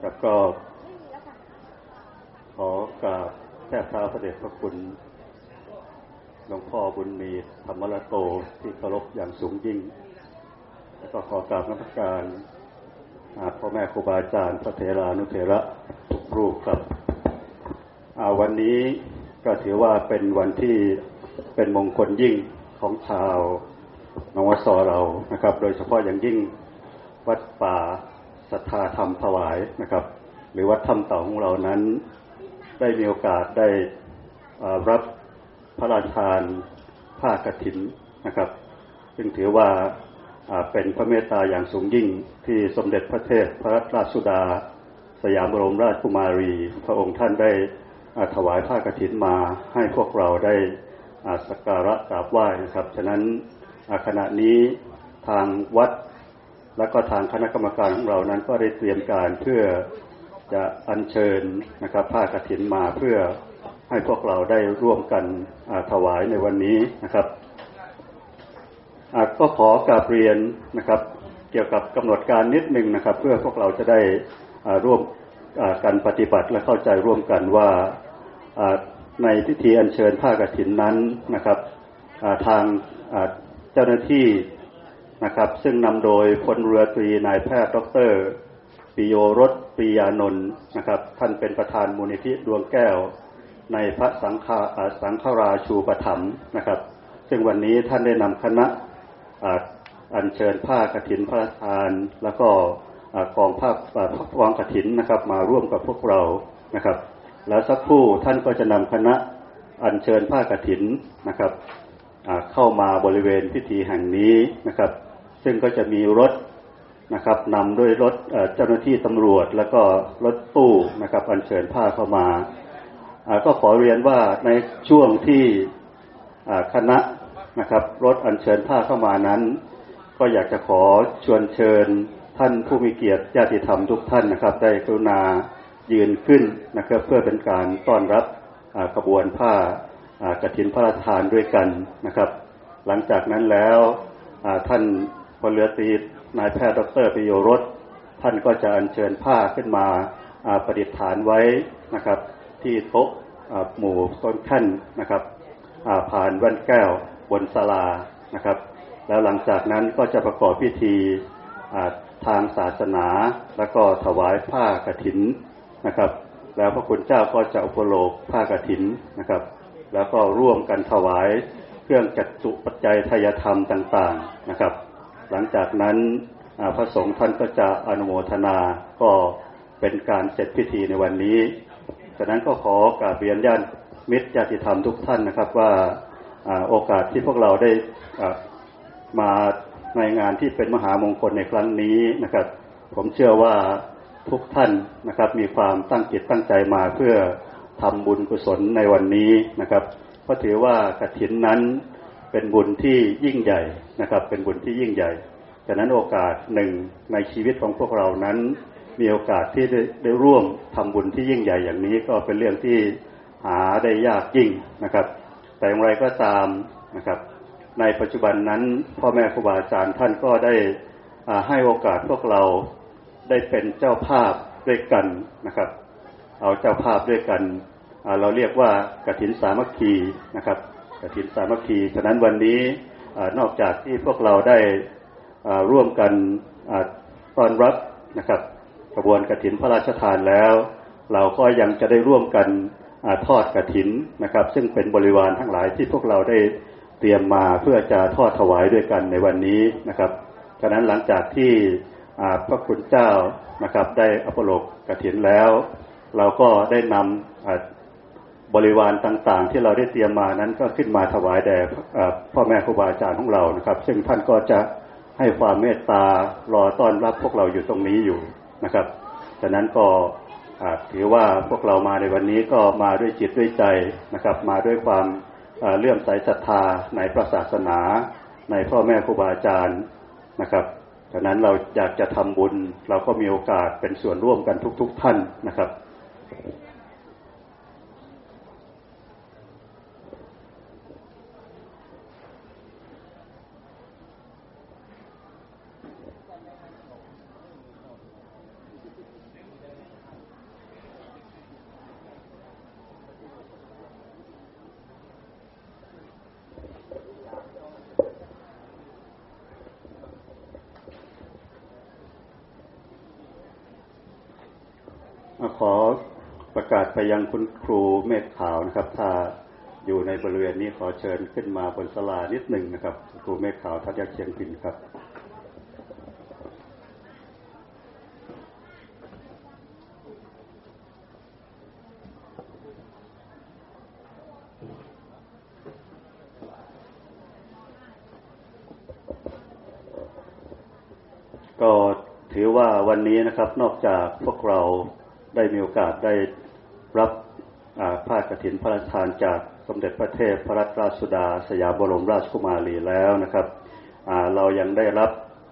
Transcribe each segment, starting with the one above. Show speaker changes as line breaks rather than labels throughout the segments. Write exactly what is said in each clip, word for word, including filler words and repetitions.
แล้วก็ขอกราบแทบเท้าพระเดชพระคุณหลวงพ่อบุญมีธรรมรโตที่เคารพอย่างสูงยิ่งแล้วก็ขอกราบนมัสการพ่อแม่ครูบาอาจารย์พระเถรานุเถระทุกรูปครับวันนี้ก็ถือว่าเป็นวันที่เป็นมงคลยิ่งของชาวนวสเรานะครับโดยเฉพาะอย่างยิ่งวัดป่าศรัทธาธรรมถวายนะครับหรือวัดถ้ำเต่าของเรานั้นได้มีโอกาสได้รับพระราชทานผ้ากฐินนะครับซึ่งถือว่าเป็นพระเมตตาอย่างสูงยิ่งที่สมเด็จพระเทพพระราชสุดาสยามบรมราชกุมารีพระองค์ท่านได้ถวายผ้ากฐินมาให้พวกเราได้สักการะกราบไหว้นะครับฉะนั้นขณะนี้ทางวัดและก็ทางคณะกรรมการของเรานั้นก็ได้เตรียมการเพื่อจะอัญเชิญนะครับผ้ากฐินมาเพื่อให้พวกเราได้ร่วมกันถวายในวันนี้นะครับก็ขอกราบเรียนนะครับเกี่ยวกับกำหนดการนิดนึงนะครับเพื่อพวกเราจะได้ร่วมกันปฏิบัติและเข้าใจร่วมกันว่าในพิธีอัญเชิญผ้ากฐินนั้นนะครับทางเจ้าหน้าที่นะครับซึ่งนำโดยพลเรือตรีนายแพทย์ดร.ปิโยรสปรียานนท์นะครับท่านเป็นประธานมูลนิธิดวงแก้วในพระสังฆาสังฆราชูปถัมภ์นะครับซึ่งวันนี้ท่านได้นำคณะอัญเชิญผ้ากฐินพระราชทานแล้วก็กองผ้าวางกฐินนะครับมาร่วมกับพวกเรานะครับแล้วสักครู่ท่านก็จะนำคณะอัญเชิญผ้ากฐินนะครับเข้ามาบริเวณพิธีแห่งนี้นะครับซึ่งก็จะมีรถนะครับนำด้วยรถเจ้าหน้าที่ตำรวจแล้วก็รถตู้นะครับอัญเชิญผ้าเข้ามาก็ขอเรียนว่าในช่วงที่คณะนะครับรถอัญเชิญผ้าเข้ามานั้นก็อยากจะขอชวนเชิญท่านผู้มีเกียรติญาติธรรมทุกท่านนะครับได้กรุณายืนขึ้นนะครับเพื่อเป็นการต้อนรับขบวนผ้ากฐินพระราชทานด้วยกันนะครับหลังจากนั้นแล้วท่านพลเรือตรีนายแพทย์ดร.ปิโยรสท่านก็จะอัญเชิญผ้าขึ้นมาประดิษฐานไว้นะครับที่โต๊ะหมู่ต้นแท่นนะครับผ่านแว่นแก้วบนศาลานะครับแล้วหลังจากนั้นก็จะประกอบพิธีทางศาสนาแล้วก็ถวายผ้ากฐินนะครับแล้วพระคุณเจ้าก็จะอุปโลกผ้ากฐินนะครับแล้วก็ร่วมกันถวายเครื่องจัตุปัจจัยทายธรรมต่างๆนะครับหลังจากนั้นพระสงฆ์ท่านก็จะอนุโมทนาก็เป็นการเสร็จพิธีในวันนี้ฉะนั้นก็ขอกราบเรียนญาติมิตรญาติธรรมทุกท่านนะครับว่าโอกาสที่พวกเราได้มาในงานที่เป็นมหามงคลในครั้งนี้นะครับผมเชื่อว่าทุกท่านนะครับมีความตั้งจิตตั้งใจมาเพื่อทำบุญกุศลในวันนี้นะครับเพราะถือว่ากฐินนั้นเป็นบุญที่ยิ่งใหญ่นะครับเป็นบุญที่ยิ่งใหญ่ฉะนั้นโอกาสหนึ่งในชีวิตของพวกเรานั้นมีโอกาสที่ได้ได้ร่วมทำบุญที่ยิ่งใหญ่อย่างนี้ก็เป็นเรื่องที่หาได้ยากยิ่งนะครับแต่อย่างไรก็ตามนะครับในปัจจุบันนั้นพ่อแม่ครูบาอาจารย์ท่านก็ได้ให้โอกาสพวกเราได้เป็นเจ้าภาพด้วยกันนะครับเอาเจ้าภาพด้วยกันเราเรียกว่ากฐินสามัคคีนะครับกฐินสามัคคีฉะนั้นวันนี้นอกจากที่พวกเราได้ร่วมกันต้อนรับนะครับกระบวนกฐินพระราชทานแล้วเราก็ยังจะได้ร่วมกันทอดกฐินนะครับซึ่งเป็นบริวารทั้งหลายที่พวกเราได้เตรียมมาเพื่อจะทอดถวายด้วยกันในวันนี้นะครับฉะนั้นหลังจากที่พระคุณเจ้านะครับได้อภโลกกฐินแล้วเราก็ได้นำบริวารต่างๆที่เราได้เตรียมมานั้นก็ขึ้นมาถวายแด่พ่อแม่ครูบาอาจารย์ของเรานะครับซึ่งท่านก็จะให้ความเมตตารอต้อนรับพวกเราอยู่ตรงนี้อยู่นะครับฉะนั้นก็ถือว่าพวกเรามาในวันนี้ก็มาด้วยจิตด้วยใจนะครับมาด้วยความเลื่อมใสศรัทธาในพระศาสนาในพ่อแม่ครูบาอาจารย์นะครับฉะนั้นเราอยากจะทำบุญเราก็มีโอกาสเป็นส่วนร่วมกันทุกๆท่านนะครับ
ข
ขอประกาศไปยังคุณครูเมฆขาวนะครับถ้าอยู่ในบริเวณนี้ขอเชิญขึ้นมาบนศาลานิดหนึ่งนะครับครูเมฆขาวทัศยเชียงพินครับก็ถือว่าวันนี้นะครับนอกจากพวกเราได้มีโอกาสได้รับผ้ากฐินพระราชทานจากสมเด็จพระเทพรัตนราชสุดาสยามบรมราชกุมารีแล้วนะครับเรายังได้รับ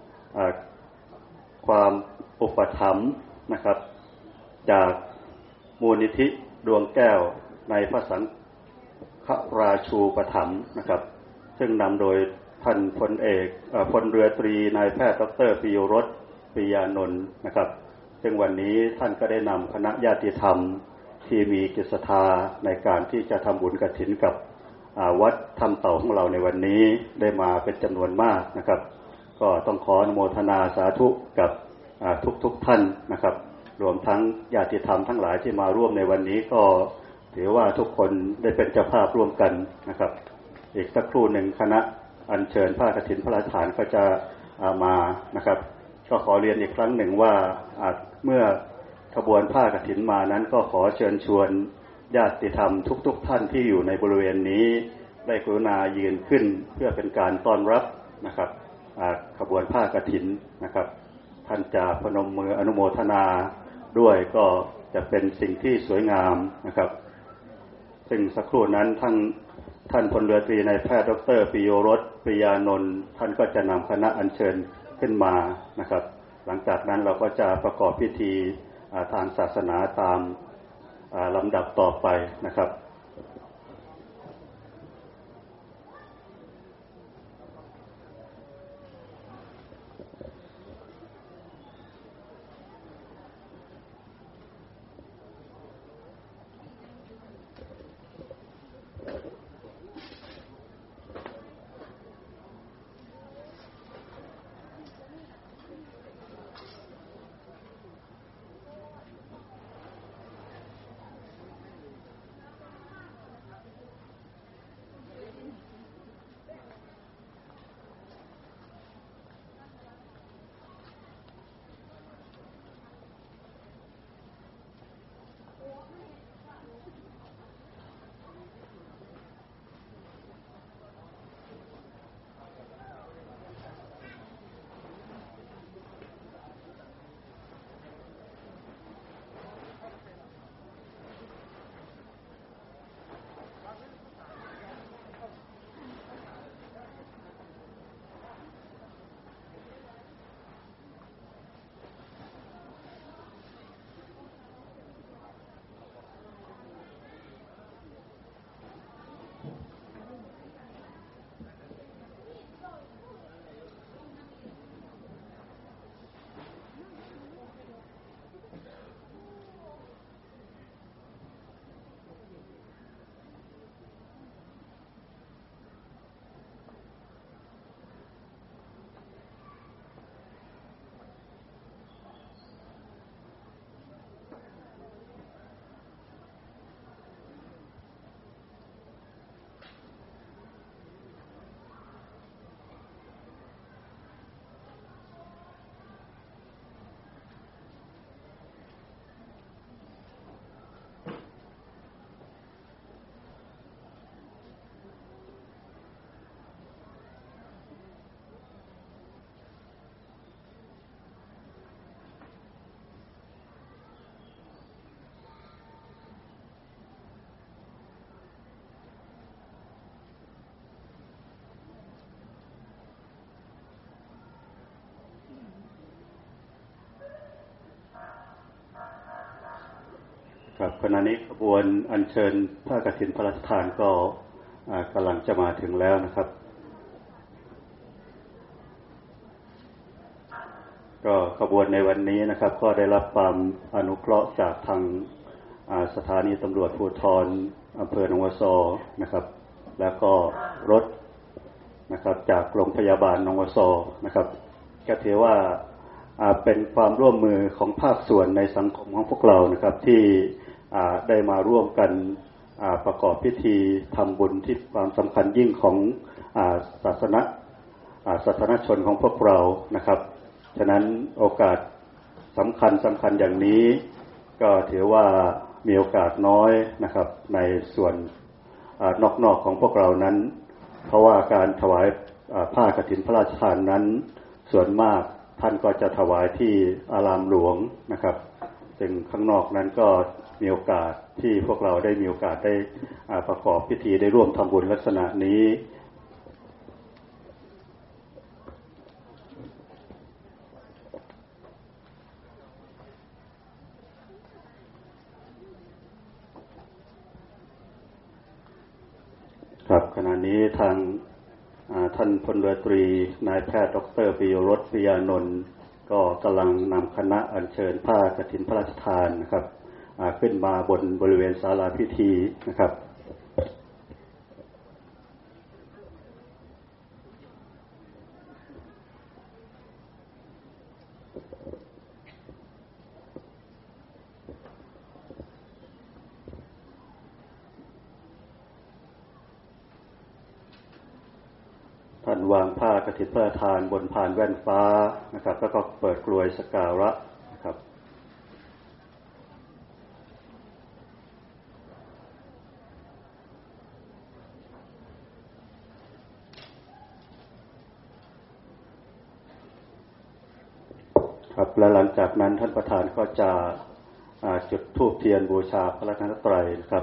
ความอุปถัมภ์นะครับจากมูลนิธิดวงแก้วในพระสังฆราชูปถัมภ์นะครับซึ่งนำโดยท่านพลเอกพลเรือตรีนายแพทย์ดร.ปิยรสปิยานนท์นะครับซึ่งวันนี้ท่านก็ได้นำคณะญาติธรรมที่มีจิตศรัทธาในการที่จะทำบุญกฐินกับวัดถ้ำเต่าของเราในวันนี้ได้มาเป็นจำนวนมากนะครับก็ต้องขออนุโมทนาสาธุกับทุกๆ ท่านนะครับรวมทั้งญาติธรรมทั้งหลายที่มาร่วมในวันนี้ก็ถือว่าทุกคนได้เป็นเจ้าภาพร่วมกันนะครับอีกสักครู่หนึ่งคณะอัญเชิญผ้ากฐินพระราชทานก็จะมานะครับก็ขอเรียนอีกครั้งหนึ่งว่าเมื่อขบวนผ้ากฐินมานั้นก็ขอเชิญชวนญาติธรรมทุกๆท่านที่อยู่ในบริเวณนี้ได้กรุณายืนขึ้นเพื่อเป็นการต้อนรับนะครับขบวนผ้ากฐินนะครับท่านจะพนมมืออนุโมทนาด้วยก็จะเป็นสิ่งที่สวยงามนะครับซึ่งสักครู่นั้นท่านท่านพลเรือตรีนายแพทย์ดร.ปิยรสปิยานนท์ท่านก็จะนำคณะอัญเชิญขึ้นมานะครับหลังจากนั้นเราก็จะประกอบพิธีทางศาสนาตามลำดับต่อไปนะครับ ครับขณะนี้ขบวนอัญเชิญผ้ากฐินพระราชทานก็กำลังจะมาถึงแล้วนะครับก็ขบวนในวันนี้นะครับก็ได้รับความอนุเคราะห์จากทางสถานีตำรวจภูธรอำเภอหนองวัวซอนะครับแล้วก็รถนะครับจากโรงพยาบาลหนองวัวซอนะครับก็ถือว่าเป็นความร่วมมือของภาคส่วนในสังคมของพวกเรานะครับที่ได้มาร่วมกันประกอบพิธีทำบุญที่ความสำคัญยิ่งของศาสนาศาสนชนของพวกเรานะครับฉะนั้นโอกาสสำคัญสำคัญอย่างนี้ก็ถือว่ามีโอกาสน้อยนะครับในส่วนนอกๆของพวกเรานั้นเพราะว่าการถวายผ้ากฐินพระราชทานนั้นส่วนมากท่านก็จะถวายที่อารามหลวงนะครับซึ่งข้างนอกนั้นก็มีโอกาสที่พวกเราได้มีโอกาสได้ประกอบพิธีได้ร่วมทำบุญลักษณะนี้ครับขณะนี้ทางท่านพลเรือตรีนายแพทย์ดร.ปิยรสปิยานนท์ก็กำลังนำคณะอัญเชิญผ้ากฐินพระราชทานนะครับขึ้นมาบนบริเวณศาลาพิธีนะครับท่านวางผ้ากฐินพระราชทานบนพานแว่นฟ้านะครับแล้วก็เปิดกลวยสักการะนะครับครับและหลังจากนั้นท่านประธานก็จะจุดธูปเทียนบูชาพระรัตนตรัยนะครับ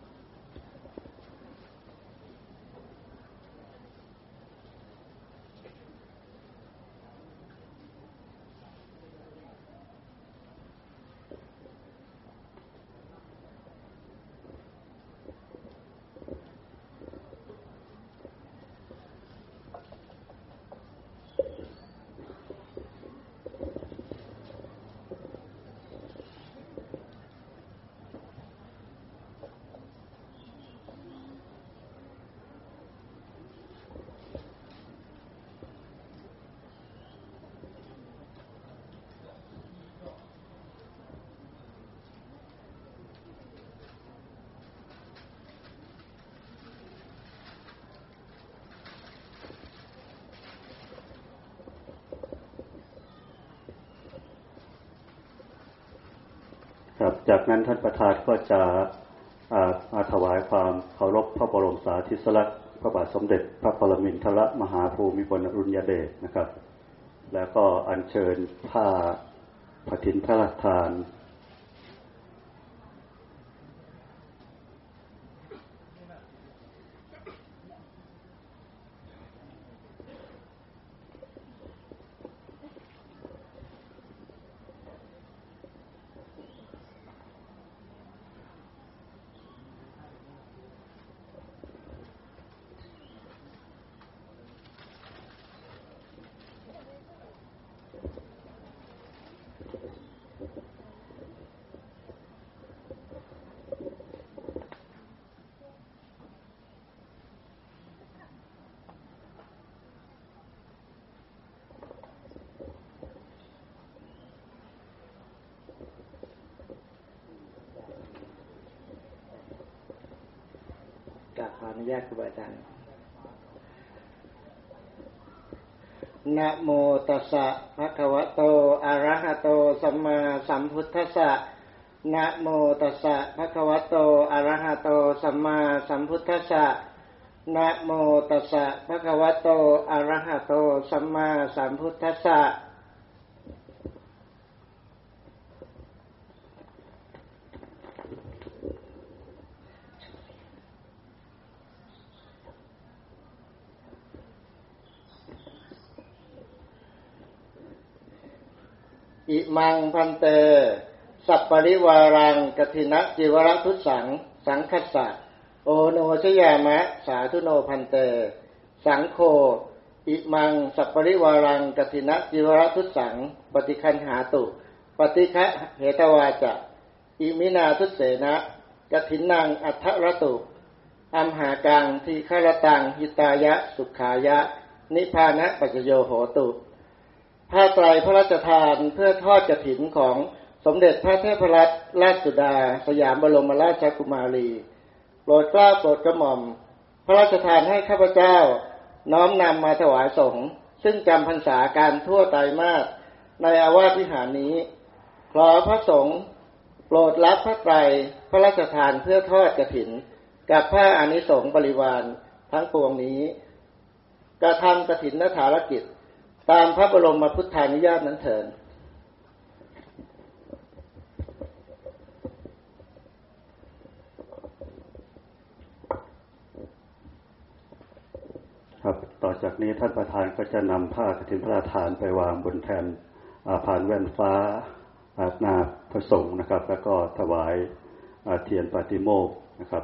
ครับจากนั้นท่านประธานก็จะมาถวายความเคารพพระบรมสารีริกธาตุพระบาทสมเด็จพระปรมินทรมหาภูมิพลอดุลยเดชนะครับแล้วก็อัญเชิญผ้ากฐินพระราชทาน
กราบขออนุญาตครูบาอาจารย์นะโมตัสสะภะคะวะโตอะระหะโตสัมมาสัมพุทธัสสะนะโมตัสสะภะคะวะโตอะระหะโตสัมมาสัมพุทธัสสะนะโมตัสสะภะคะวะโตอะระหะโตสัมมาสัมพุทธัสสะอิมังพันเตสัปปริวารังกฐินจิวรทุสังสังคัสสะโอโนชยามะสาธุโนพันเตสังโฆอิมังสัปปริวารังกฐินจิวรทุสังปฏิคันหาตุปฏิฆะเหตวาจะอิมินาทุเสนะกฐินังอัทธรตุอัมหากังทีฆรตังหิตายะสุขายะนิพพานะปัจจโยโหตุผ้าไตรพระราชทานเพื่อทอดกฐินของสมเด็จพระเทพรัตนราชสุดาสยามบรมราชกุมารีโปรดเกล้าโปรดกระหม่อมพระราชทานให้ข้าพเจ้าน้อมนำมาถวายสงฆ์ซึ่งจำพรรษาการทั่วไตรมาสในอาวาสวิหารนี้ขอพระสงฆ์โปรดรับพระไตรพระราชทานเพื่อทอดกฐินกับผ้าอานิสงส์บริวารทั้งปวงนี้กระทำกฐินภารกิจตามพระบรมพุทธานุญาตนั้นเถิด
ครับต่อจากนี้ท่านประธานก็จะนำผ้ากฐินพระราชทานไปวางบนแผ่นผ่านแว่นฟ้าหน้าพระสงฆ์นะครับแล้วก็ถวายเทียนปาฏิโมกข์นะครับ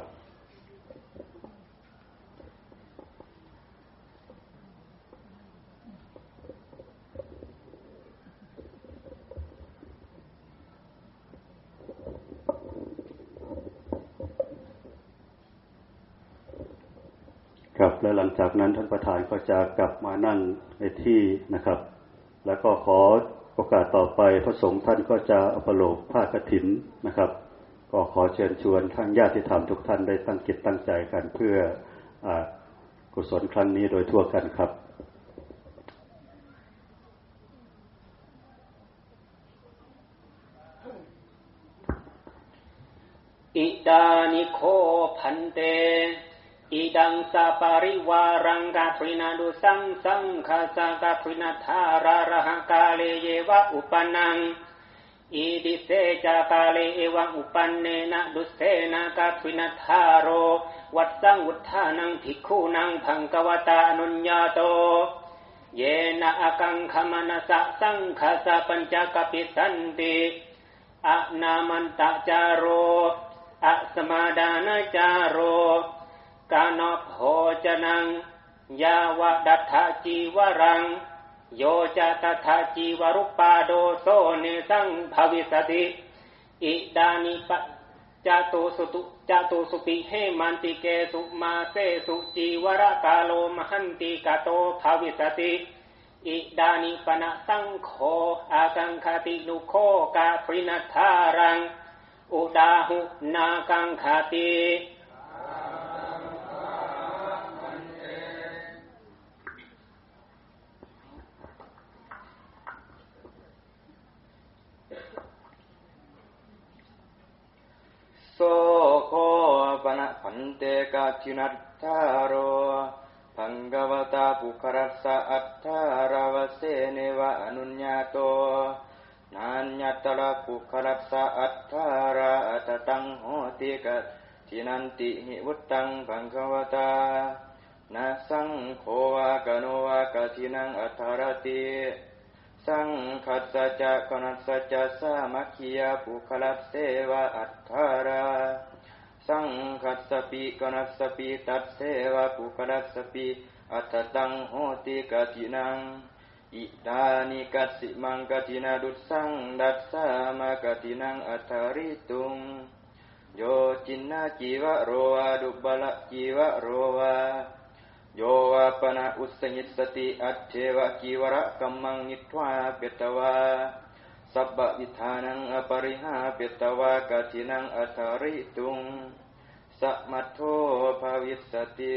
ครับและหลังจากนั้นท่านประธานก็จะกลับมานั่งในที่นะครับแล้วก็ขอโอกาสต่อไปพระสงฆ์ท่านก็จะอุปโลกผ้ากฐินนะครับก็ขอเชิญชวนท่านญาติธรรมทุกท่านได้ตั้งจิตตั้งใจกันเพื่อกุศลครั้งนี้โดยทั่วกันครับ
อิดานิโคพันเตอิดังสาปาริวารังกาทรินาดุสังสังคาสากาทรินาธาราระหกาเลเยวะอุปนังอิดิเสจากาเลเอวังอุปันเนนะดุเสนากาทรินาธาโรวัดสังวุฒานังภิกขุนังภังกวตานุญญาโตเยนะอกังคมนัสสะสังคาสะปัญจกัปปิสันติอะนามันตะจาโรอะสมาดานะจาโรกานโภจนังยาวะดัฏฐจีวรังโยจะตถาจีวรุปปาโดโซเนสังภวิสติอิดานิปจตุสุตุจตุสุปิเหมันติเกสุมาเสสุจีวรกาโลมหันติกาโตภวิสติอิดานิปนะสังโฆอากังคตินุโคกาปรินัทธารังอุดาหุนากังคติ
โสโคปนะพันเตกาจินัตถาโรภังกวตาปุครัสสะอัตถาราวเสเนวะอนุญญาโตนัญญตระปุครัสสะอัตถาราอัตตังโหติกะทินันติหิวุตตังภังกวตานะสังโฆวากโนวากะทินังอัตถารติสังคัสสะจะกนัสสะจะสามัคคียปุคลัสเสวะอัตถาราสังคัสสปิกนัสสปิตัสเสวะปุคลัสสปิอัตตังโหติกะทินังอิดานิกัสสิมังกะทินาดุสังดัสสามะกะทินังอัตถาริตุงโยจินนาจีวะโรวาดุบละจีวะโรวาโยวาปนะอุสยิสติอัจเทวะกีวระกัมมังนิทวาเปตวาสัพพวิธานังอปริหาเปตวากะทินังอัตถาริตุงสัมมัทโธภวิสติ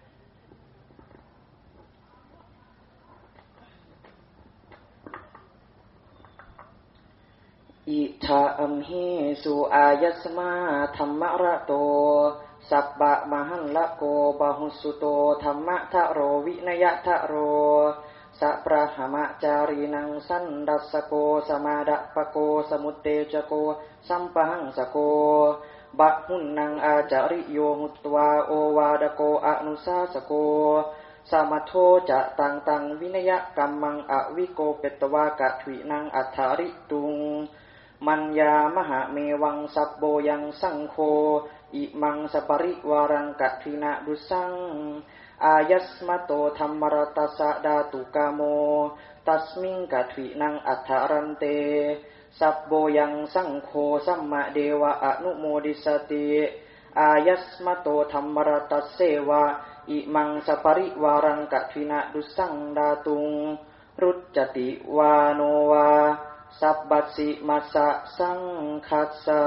อิทาอัมหิสุอายัสมาธัมมะระโตสัพพะมหันละโกบาหุสุโตธัมมะทะโรวินยะทะโรสัพพะหมะจารีนังสันดัสสโกสมาดะปะโกสมุตเตจโกสัมปะหังสโกบะหุนนังอาจาริโยหุตวาโอวาดโกอนุสาสโกสามัทโธจะตังตังวินยะกัมมังอวิโกเปตวากะทวินังอัฏฐาริตุงมัญญามหาเมวังสัพโบยังสังโฆอิมังสปริวารังกะทินะดุสังอายัสมะโตธัมมรตัสสะดาตุกาโมตัสมิงกะทวินังอัฏฐารันเตสัพโบยังสังโฆสัมมาเดวะอนุโมดิสติอายัสมะโตธัมมรตัสเสวะอิมังสปริวารังกะทวินะดุสังดาตุงรุจจติวาโนวาสัพบัสสิมัสสะสังคัสสะ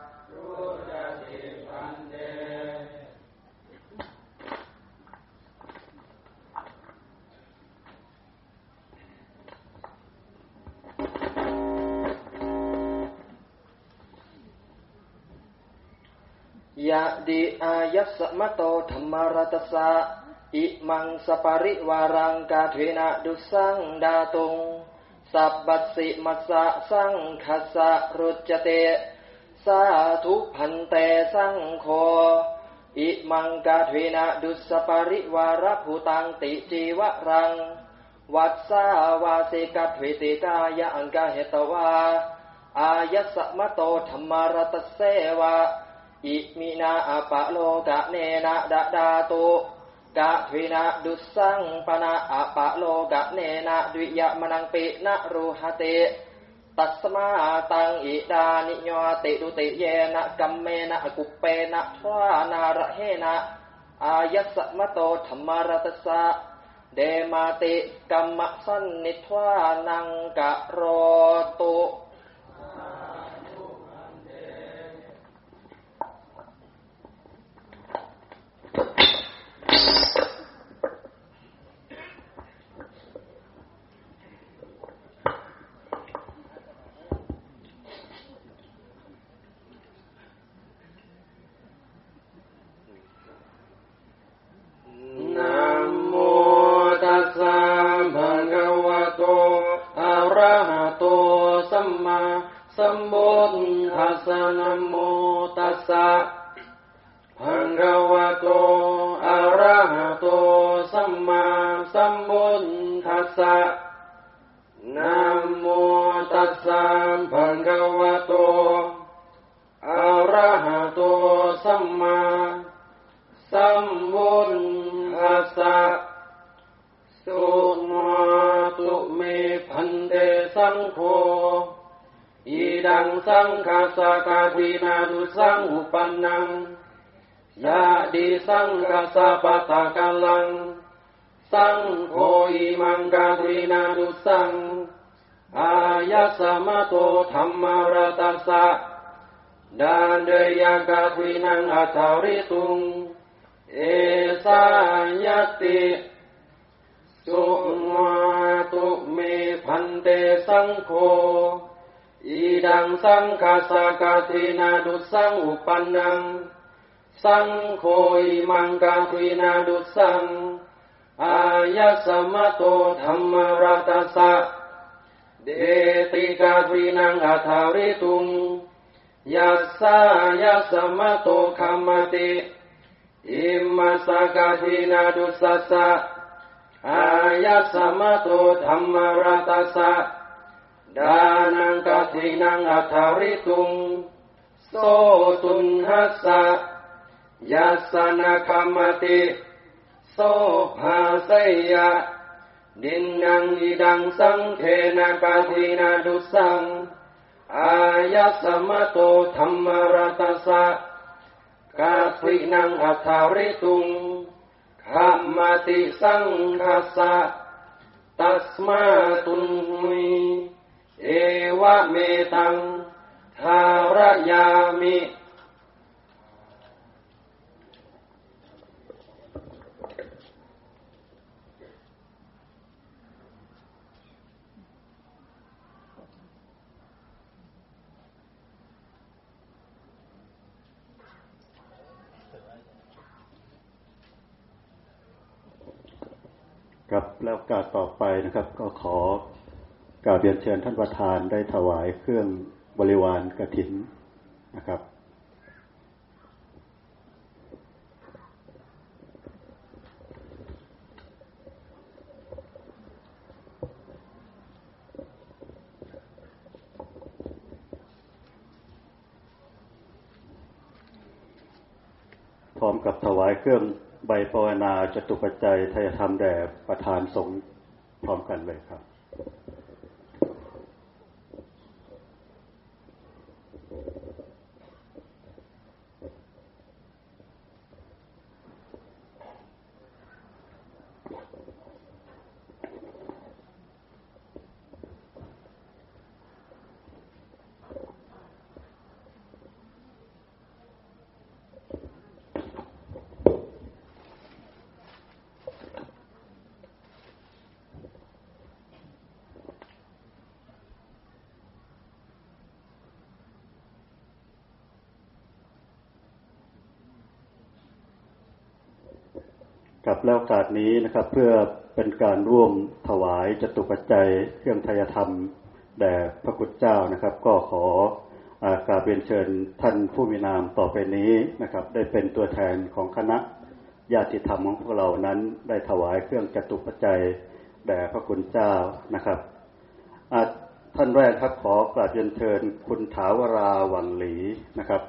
ยะดิอายัสสะมะโตธัมมารัตสะอิมังสปาริวารังกาเถนะดุสังดาตุงสัพบัสสิมัสสะสังคัสสะรุจจเตสาธุพันเตสังโฆอิมังกาเถนะดุสปาริวารภูตังติจีวรังวัสสาวาสิกัตถิติกายะอังกาเหตวาอายัสสะมะโตธัมมารัตเสวะอิมินาอะปะโลกะเนนะดะดาตุกะทวินะดุสังปนะอะปะโลกะเนนะดวิยะมนังปินะรูหะติตัสมาตังอิดานิโยติดุติเยนะกัมเมนะกุปเปนะทวานาระเหนะอายัสสะมะโตธัมมารัตสะเดมาติกัมมะสันนิทวานังกะโรตุ
สัมพุทธัสสะนะโมตัสสะภะคะวะโตอะระหะโตสัมมาสัมพุทธัสสะนะโมตัสสะภะคะวะโตอะระหะโตสัมมาสัมพุทธัสสะสุมาตุเมพันเตสังโฆอิดังสังฆาสกาทินาดุสังอุปันนังยะดิสังฆาสปัตตะกัลลังสังโฆอิมังกาทินาดุสังอายัสสะมะโตธัมมารัตสะดานเดยังกาทินังอัตถาริตุงเอสายติสุมาตุเมพันเตสังโฆอิดังสังฆาสกาทินาดุสังอุปันนังสังโฆอิมังกาทินาดุสังอายัสสะมะโตธัมมารัตสะเดติกาทินังอัตถาริตุงยัสสะยัสสะมะโตคัมมติอิมัสสกาทินาดุสัสสะอายัสสะมะโตธัมมารัตสะดานังกาทินังอัตถาริตุงโสตุนหัสสะยัสสะนะคัมมติโสภาสยะดินนังอิดังสังเทนะกาทินาดุสังอายัสสะมะโตธัมมารัตสะกาทินังอัตถาริตุงคัมมติสังคัสสะตัสมาตุนมิเอวะเมตังทารยามิ
ครับแล้วโอกาสต่อไปนะครับก็ขอกราบเรียนเชิญท่านประธานได้ถวายเครื่องบริวารกฐินนะครับพร้อมกับถวายเครื่องใบภาวนาจตุปัจจัยไทยธรรมแด่ประธานสงฆ์พร้อมกันเลยครับครับแล้วโอกาสนี้นะครับเพื่อเป็นการร่วมถวายจตุปัจจัยเครื่องไทยธรรมแด่พระคุณเจ้านะครับก็ขอกราบเรียนเชิญท่านผู้มีนามต่อไปนี้นะครับได้เป็นตัวแทนของคณะญาติธรรมของพวกเรานั้นได้ถวายเครื่องจตุปัจจัยแด่พระคุณเจ้านะครับท่านแรกครับขอกราบเรียนเชิญคุณถาวราหวังหลีนะครับ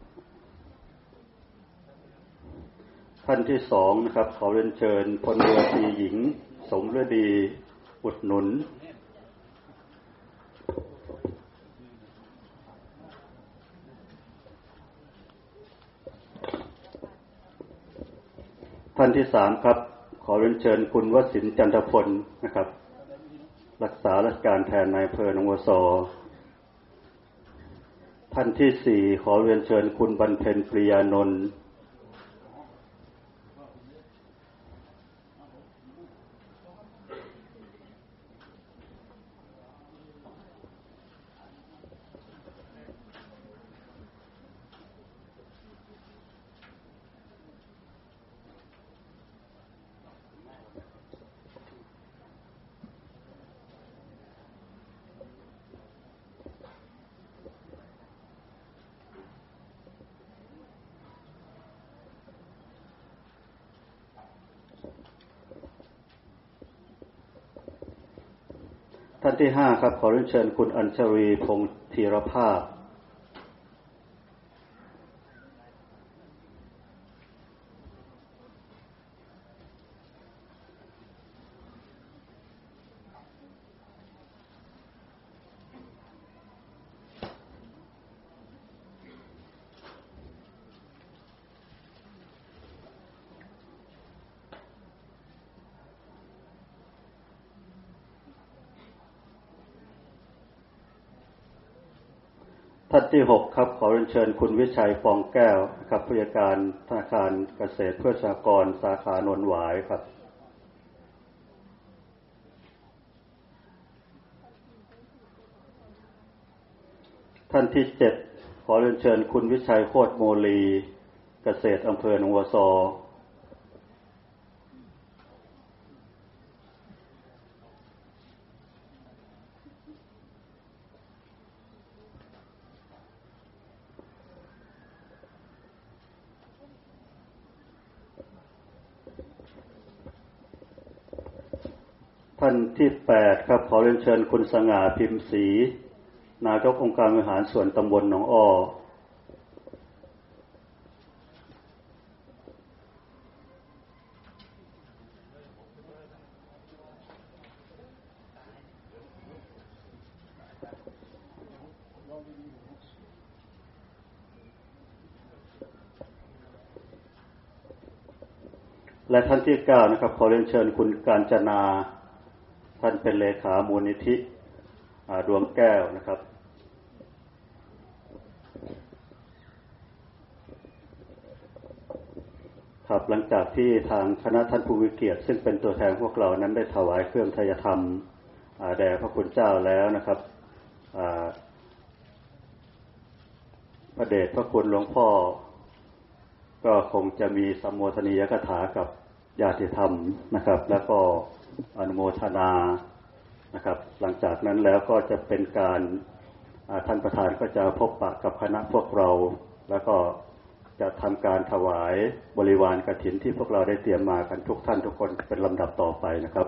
ท่านที่สองนะครับขอเรียนเชิญพลเรือตรีหญิงสมฤดีอุดหนุนท่านที่สามครับขอเรียนเชิญคุณวสินทร์จันทพลนะครับรักษาราชการแทนนายอำเภอหนองบัวซอท่านที่สี่ขอเรียนเชิญคุณบรรเพ็ญปริยานนท์ท่านที่ห้าครับขอเรียนเชิญคุณอัญชลีพงษ์ธีรภาพท่านที่หกครับขอเรียนเชิญคุณวิชัยฟองแก้วครับผู้จัดการธนาคารเกษตรเพื่อสหกรณ์สาขาโนนหวายครับท่านที่เจ็ดขอเรียนเชิญคุณวิชัยโคตรโมลีเกษตรอำเภอหนองบัวซอท่านที่แปดครับขอเรียนเชิญคุณสง่าพิมพ์ศรีนายกองค์การบริหารส่วนตำบลหนองอ้อและท่านที่เก้านะครับขอเรียนเชิญคุณกาญจนาท่านเป็นเลขามูลนิธิดวงแก้วนะครับครับหลังจากที่ทางคณะท่านผู้มีเกียรติซึ่งเป็นตัวแทนพวกเรานั้นได้ถวายเครื่องไทยธรรมแด่พระคุณเจ้าแล้วนะครับพระเดชพระคุณหลวงพ่อก็คงจะมีสัมโมทนียกถากับญาติธรรมนะครับแล้วก็อนุโมทนานะครับหลังจากนั้นแล้วก็จะเป็นการท่านประธานก็จะพบปะกับคณะพวกเราแล้วก็จะทำการถวายบริวารกฐินที่พวกเราได้เตรียมมากันทุกท่านทุกคนเป็นลำดับต่อไปนะครับ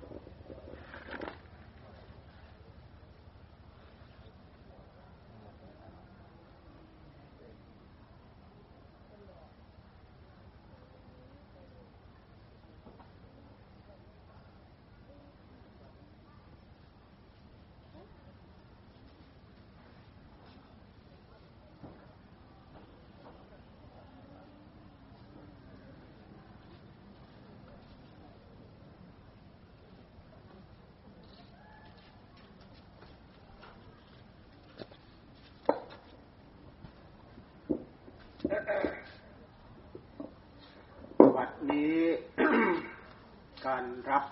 บัดนี้ การรับ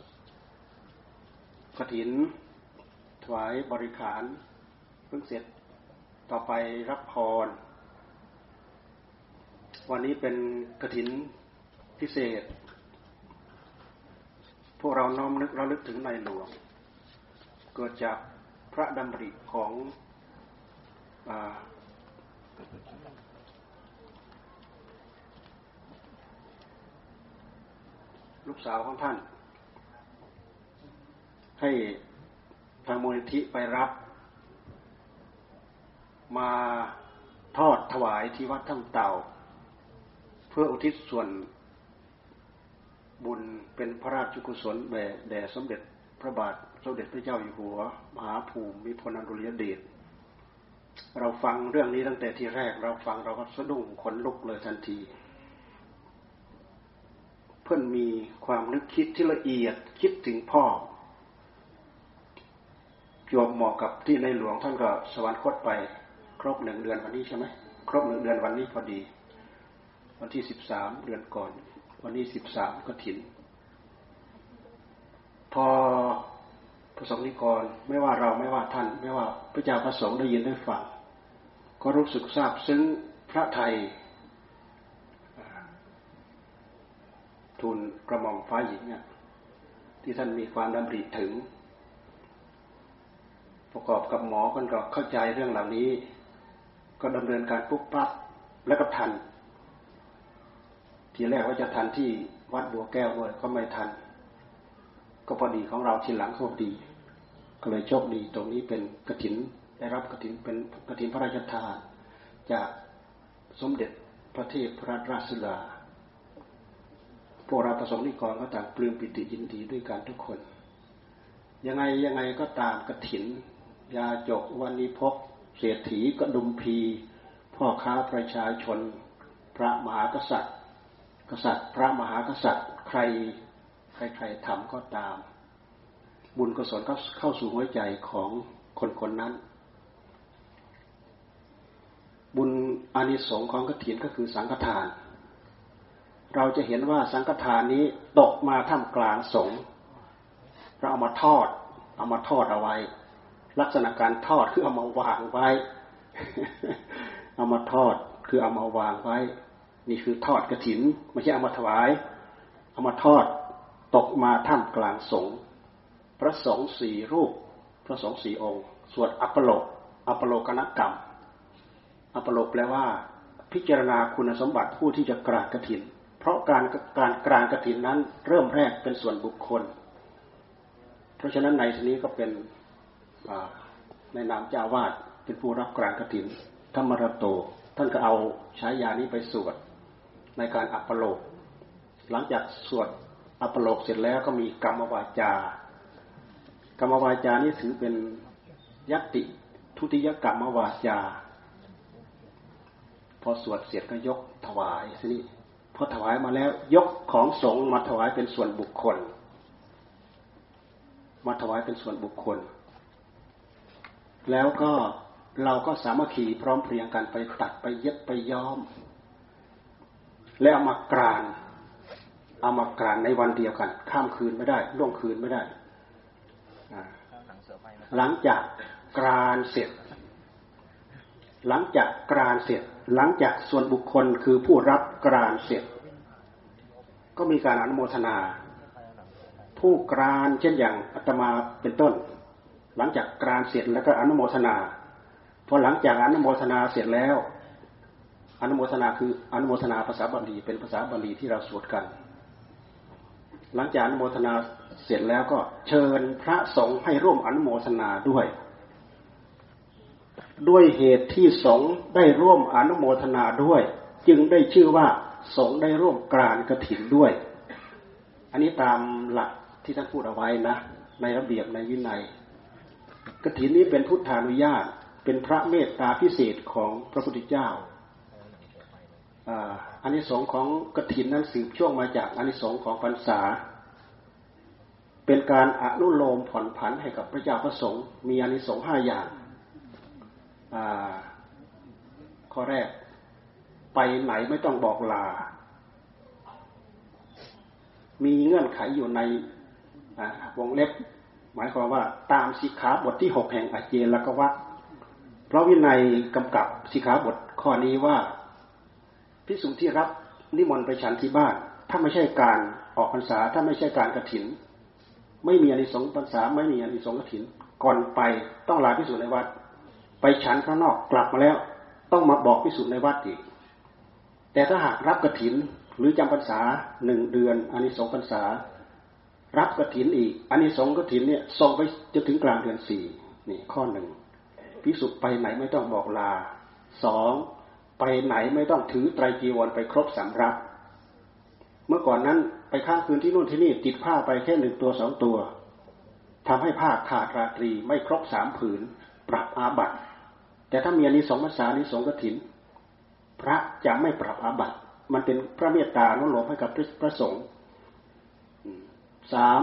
กฐินถวายบริขารเพิ่งเสร็จต่อไปรับพรวันนี้เป็นกฐินพิเศษพวกเราน้อมนึกระลึกถึงในหลวงเกิดจากพระดำริของลูกสาวของท่านให้ทางมูลนิธิไปรับมาทอดถวายที่วัดถ้ำเต่าเพื่ออุทิศส่วนบุญเป็นพระราชกุศลแด่แด่สมเด็จพระบาทสมเด็จพระเจ้าอยู่หัวมหาภูมิพลอดุลยเดชเราฟังเรื่องนี้ตั้งแต่ที่แรกเราฟังเราก็สะดุ้งขนลุกเลยทันทีเพื่อนมีความนึกคิดที่ละเอียดคิดถึงพ่อจวบเหมาะกับที่ในหลวงท่านก็สวรรคตไปครบหนึ่งเดือนวันนี้ใช่ไหมครบหนึ่งเดือนวันนี้พอดีวันที่สิบสามเดือนก่อนวันนี้สิบสามกฐินพอพระสงฆ์นิกรไม่ว่าเราไม่ว่าท่านไม่ว่าพระเจ้าพระสงฆ์ได้ยินได้ฟังก็รู้สึกซาบซึ้งพระทัยทูลกระหม่อมฟ้าหญิงเนี่ยที่ท่านมีความดำริถึงประกอบกับหมอคนก็เข้าใจเรื่องเหล่านี้ก็ดำเนินการปุ๊บปั๊บแล้วก็ทันทีแรกว่าจะทันที่วัดบัวแก้วด้วยก็ไม่ทันก็พอดีของเราทีหลังโชคดีก็เลยโชคดีตรงนี้เป็นกฐินได้รับกฐินเป็นกฐินพระราชทานจากสมเด็จพระเทพรัตนราชสุดาพวกเราประสงค์นิกรก็ต่างปลื้มปิติยินดีด้วยกันทุกคนยังไงยังไงก็ตามกฐินยาจกวันีพกเศรษฐีกดุมพีพ่อค้าประชาชนพระมหากษัตริย์กษัตริย์พระมหากษัตริย์ใครใครๆทำก็ตามบุญกุศลก็เข้าสู่หัวใจของคนคนนั้นบุญอานิสงส์ของกฐินก็คือสังฆทานเราจะเห็นว่าสังฆทานนี้ตกมาท่ามกลางสงฆ์เราเอามาทอดเอามาทอดเอาไว้ลักษณะการทอดคือเอามาวางไว้เอามาทอดคือเอามาวางไว้นี่คือทอดกฐินไม่ใช่เอามาถวายเอามาทอดตกมาท่ามกลางสงฆ์พระสงฆ์สี่รูปพระสงฆ์สี่องค์สวดอัปโลกอัปโลกนกรรมอัปโลกแปลว่าพิจารณาคุณสมบัติผู้ที่จะกรานกฐินเพราะการการกรานกฐินนั้นเริ่มแรกเป็นส่วนบุคคลเพราะฉะนั้นในที่นี้ก็เป็นในนามเจ้าวาดเป็นผู้รับกรานกฐินธรรมรโตท่านก็เอาฉายานี้ไปสวดในการอัปโลกหลังจากสวดอัปโลกเสร็จแล้วก็มีกรรมวาจากรรมวาจานี้ถือเป็นยัตติทุติยกรรมวาจาพอสวดเสร็จก็ยกถวายสินี่พอถวายมาแล้วยกของสงฆ์มาถวายเป็นส่วนบุคคลมาถวายเป็นส่วนบุคคลแล้วก็เราก็สามัคคีพร้อมเพรียงกันไปตัดไปเย็บไปย้อมแล้วเอามากรานเอามากรานในวันเดียวกันข้ามคืนไม่ได้ล่วงคืนไม่ได้หลังจากกรานเสร็จหลังจากกรานเสร็จหลังจากส่วนบุคคลคือผู้รับกรานเสร็จก็มีการอนุโมทนาผู้กรานเช่นอย่างอาตมาเป็นต้นหลังจากกรานเสร็จแล้วก็อนุโมทนาพอหลังจากอนุโมทนาเสร็จแล้วอนุโมทนาคืออนุโมทนาภาษาบาลีเป็นภาษาบาลีที่เราสวดกันหลังจากอนุโมทนาเสร็จแล้วก็เชิญพระสงฆ์ให้ร่วมอนุโมทนาด้วยด้วยเหตุที่สงฆ์ได้ร่วมอนุโมทนาด้วยจึงได้ชื่อว่าสงฆ์ได้ร่วมกรานกฐินด้วยอันนี้ตามหลักที่ท่านพูดเอาไว้นะในระเบียบในวินัยกฐินนี้เป็นพุทธานุญาตเป็นพระเมตตาพิเศษของพระพุทธเจ้าอานิสงส์ของกฐินนั้นสืบช่วงมาจากอานิสงส์ของพรรษาเป็นการอนุโลมผ่อนผันให้กับพระเจ้าพระสงฆ์มีอานิสงส์ห้าอย่างข้อแรกไปไหนไม่ต้องบอกลามีเงื่อนไขอยู่ในวงเล็บหมายความว่าตามสิกขาบทที่หกแห่งอเจลกวรรคเพราะวินัยกำกับสิกขาบทข้อนี้ว่าภิกษุที่รับนิมนต์ไปฉันที่บ้านถ้าไม่ใช่การออกพรรษาถ้าไม่ใช่การกฐินไม่มีอานิสงส์พรรษาไม่มีอานิสงส์กฐินก่อนไปต้องลาภิกษุในวัดไปฉันข้างนอกกลับมาแล้วต้องมาบอกภิกษุในวัดอีกแต่ถ้าหากรับกฐินหรือจำพรรษาหนึ่งเดือนอานิสงส์พรรษารับกฐินอีกอานิสงส์กฐินเนี่ยส่งไปจนถึงกลางเดือนสี่นี่ข้อหนึ่งภิกษุไปไหนไม่ต้องบอกลาสองไปไหนไม่ต้องถือไตรจีวรไปครบสามรับเมื่อก่อนนั้นไปค้างคืนที่นู่นที่นี่ติดผ้าไปแค่หนึ่งตัวสองตัวทำให้ผ้าขาดราตรีไม่ครบสามผืนปรับอาบัติแต่ถ้ามีอานิสงส์พรรษาอานิสงส์กฐินพระจะไม่ปรับอาบัติมันเป็นพระเมตตาอนุโลมให้กับพระสงฆ์สาม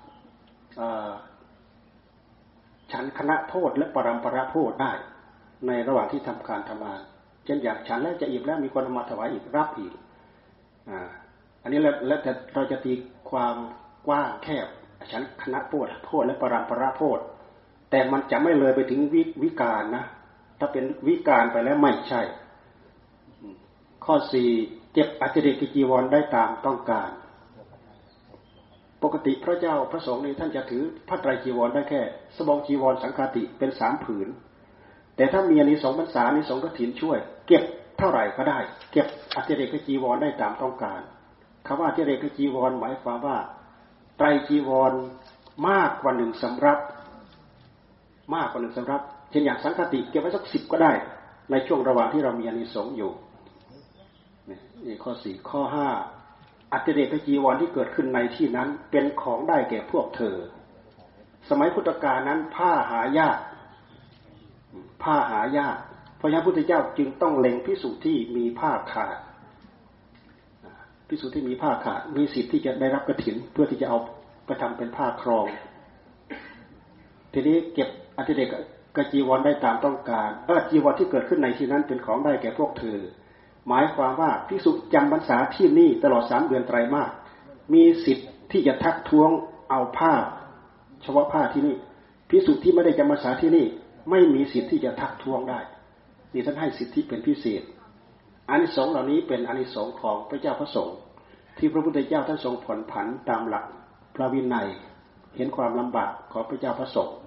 ฉันคณะโทษและปรัมปราโทษได้ในระหว่างที่ทำการทำงานเช่นอยากฉันแล้วจะอิ่มแล้วมีคนมาถวายอีกรับอีกอันนี้แล้วแต่เราจะตีความกว้างแคบฉันคณะโทษโทษและปรัมปราโทษแต่มันจะไม่เลยไปถึงวิวิการนะถ้าเป็นวิการไปแล้วไม่ใช่ข้อสี่เก็บอติเรกจีวรได้ตามต้องการปกติพระเจ้าพระสงฆ์นี่ท่านจะถือผ้าไตรจีวรได้แค่สบงจีวรสังฆาติเป็นสามผืนแต่ถ้ามีอานิสงส์พรรษาอานิสงส์กฐินช่วยเก็บเท่าไหร่ก็ได้เก็บอติเรกจีวรได้ตามต้องการคำว่าอติเรกจีวรหมายความว่าไตรจีวรมากกว่าหนึ่งสำรับมากกว่าหนึ่งสำรับเช่นอย่างสังฆาติเก็บไว้สักสิบก็ได้ในช่วงระหว่างที่เรามีอานิสงส์อยู่นี่ข้อสี่ข้อห้าอติเรกจีวรที่เกิดขึ้นในที่นั้นเป็นของได้แก่พวกเธอสมัยพุทธกาลนั้นผ้าหายากผ้าหายากเพราะฉะนั้นพุทธเจ้าจึงต้องเล็งภิกษุที่มีผ้าขาดภิกษุที่มีผ้าขาดมีสิทธิ์ที่จะได้รับกฐินเพื่อที่จะเอาไปทำเป็นผ้าครองทีนี้เก็บอติเรกจีวรได้ตามต้องการเออจีวรที่เกิดขึ้นในที่นั้นเป็นของได้แก่พวกเธอหมายความว่าภิกษุจำพรรษาที่นี่ตลอดสามเดือนไตรมาสมีสิทธิ์ที่จะทักท้วงเอาผ้าเฉพาะผ้าที่นี่ภิกษุที่ไม่ได้จำพรรษาที่นี่ไม่มีสิทธิ์ที่จะทักท้วงได้นี่ท่านให้สิทธิเป็นพิเศษอานิสงส์เหล่านี้เป็นอานิสงส์ของพระเจ้าพระสงฆ์ที่พระพุทธเจ้าท่านทรงผ่อนผันตามหลักพระวินัยเห็นความลำบากของพระเจ้าพระสงฆ์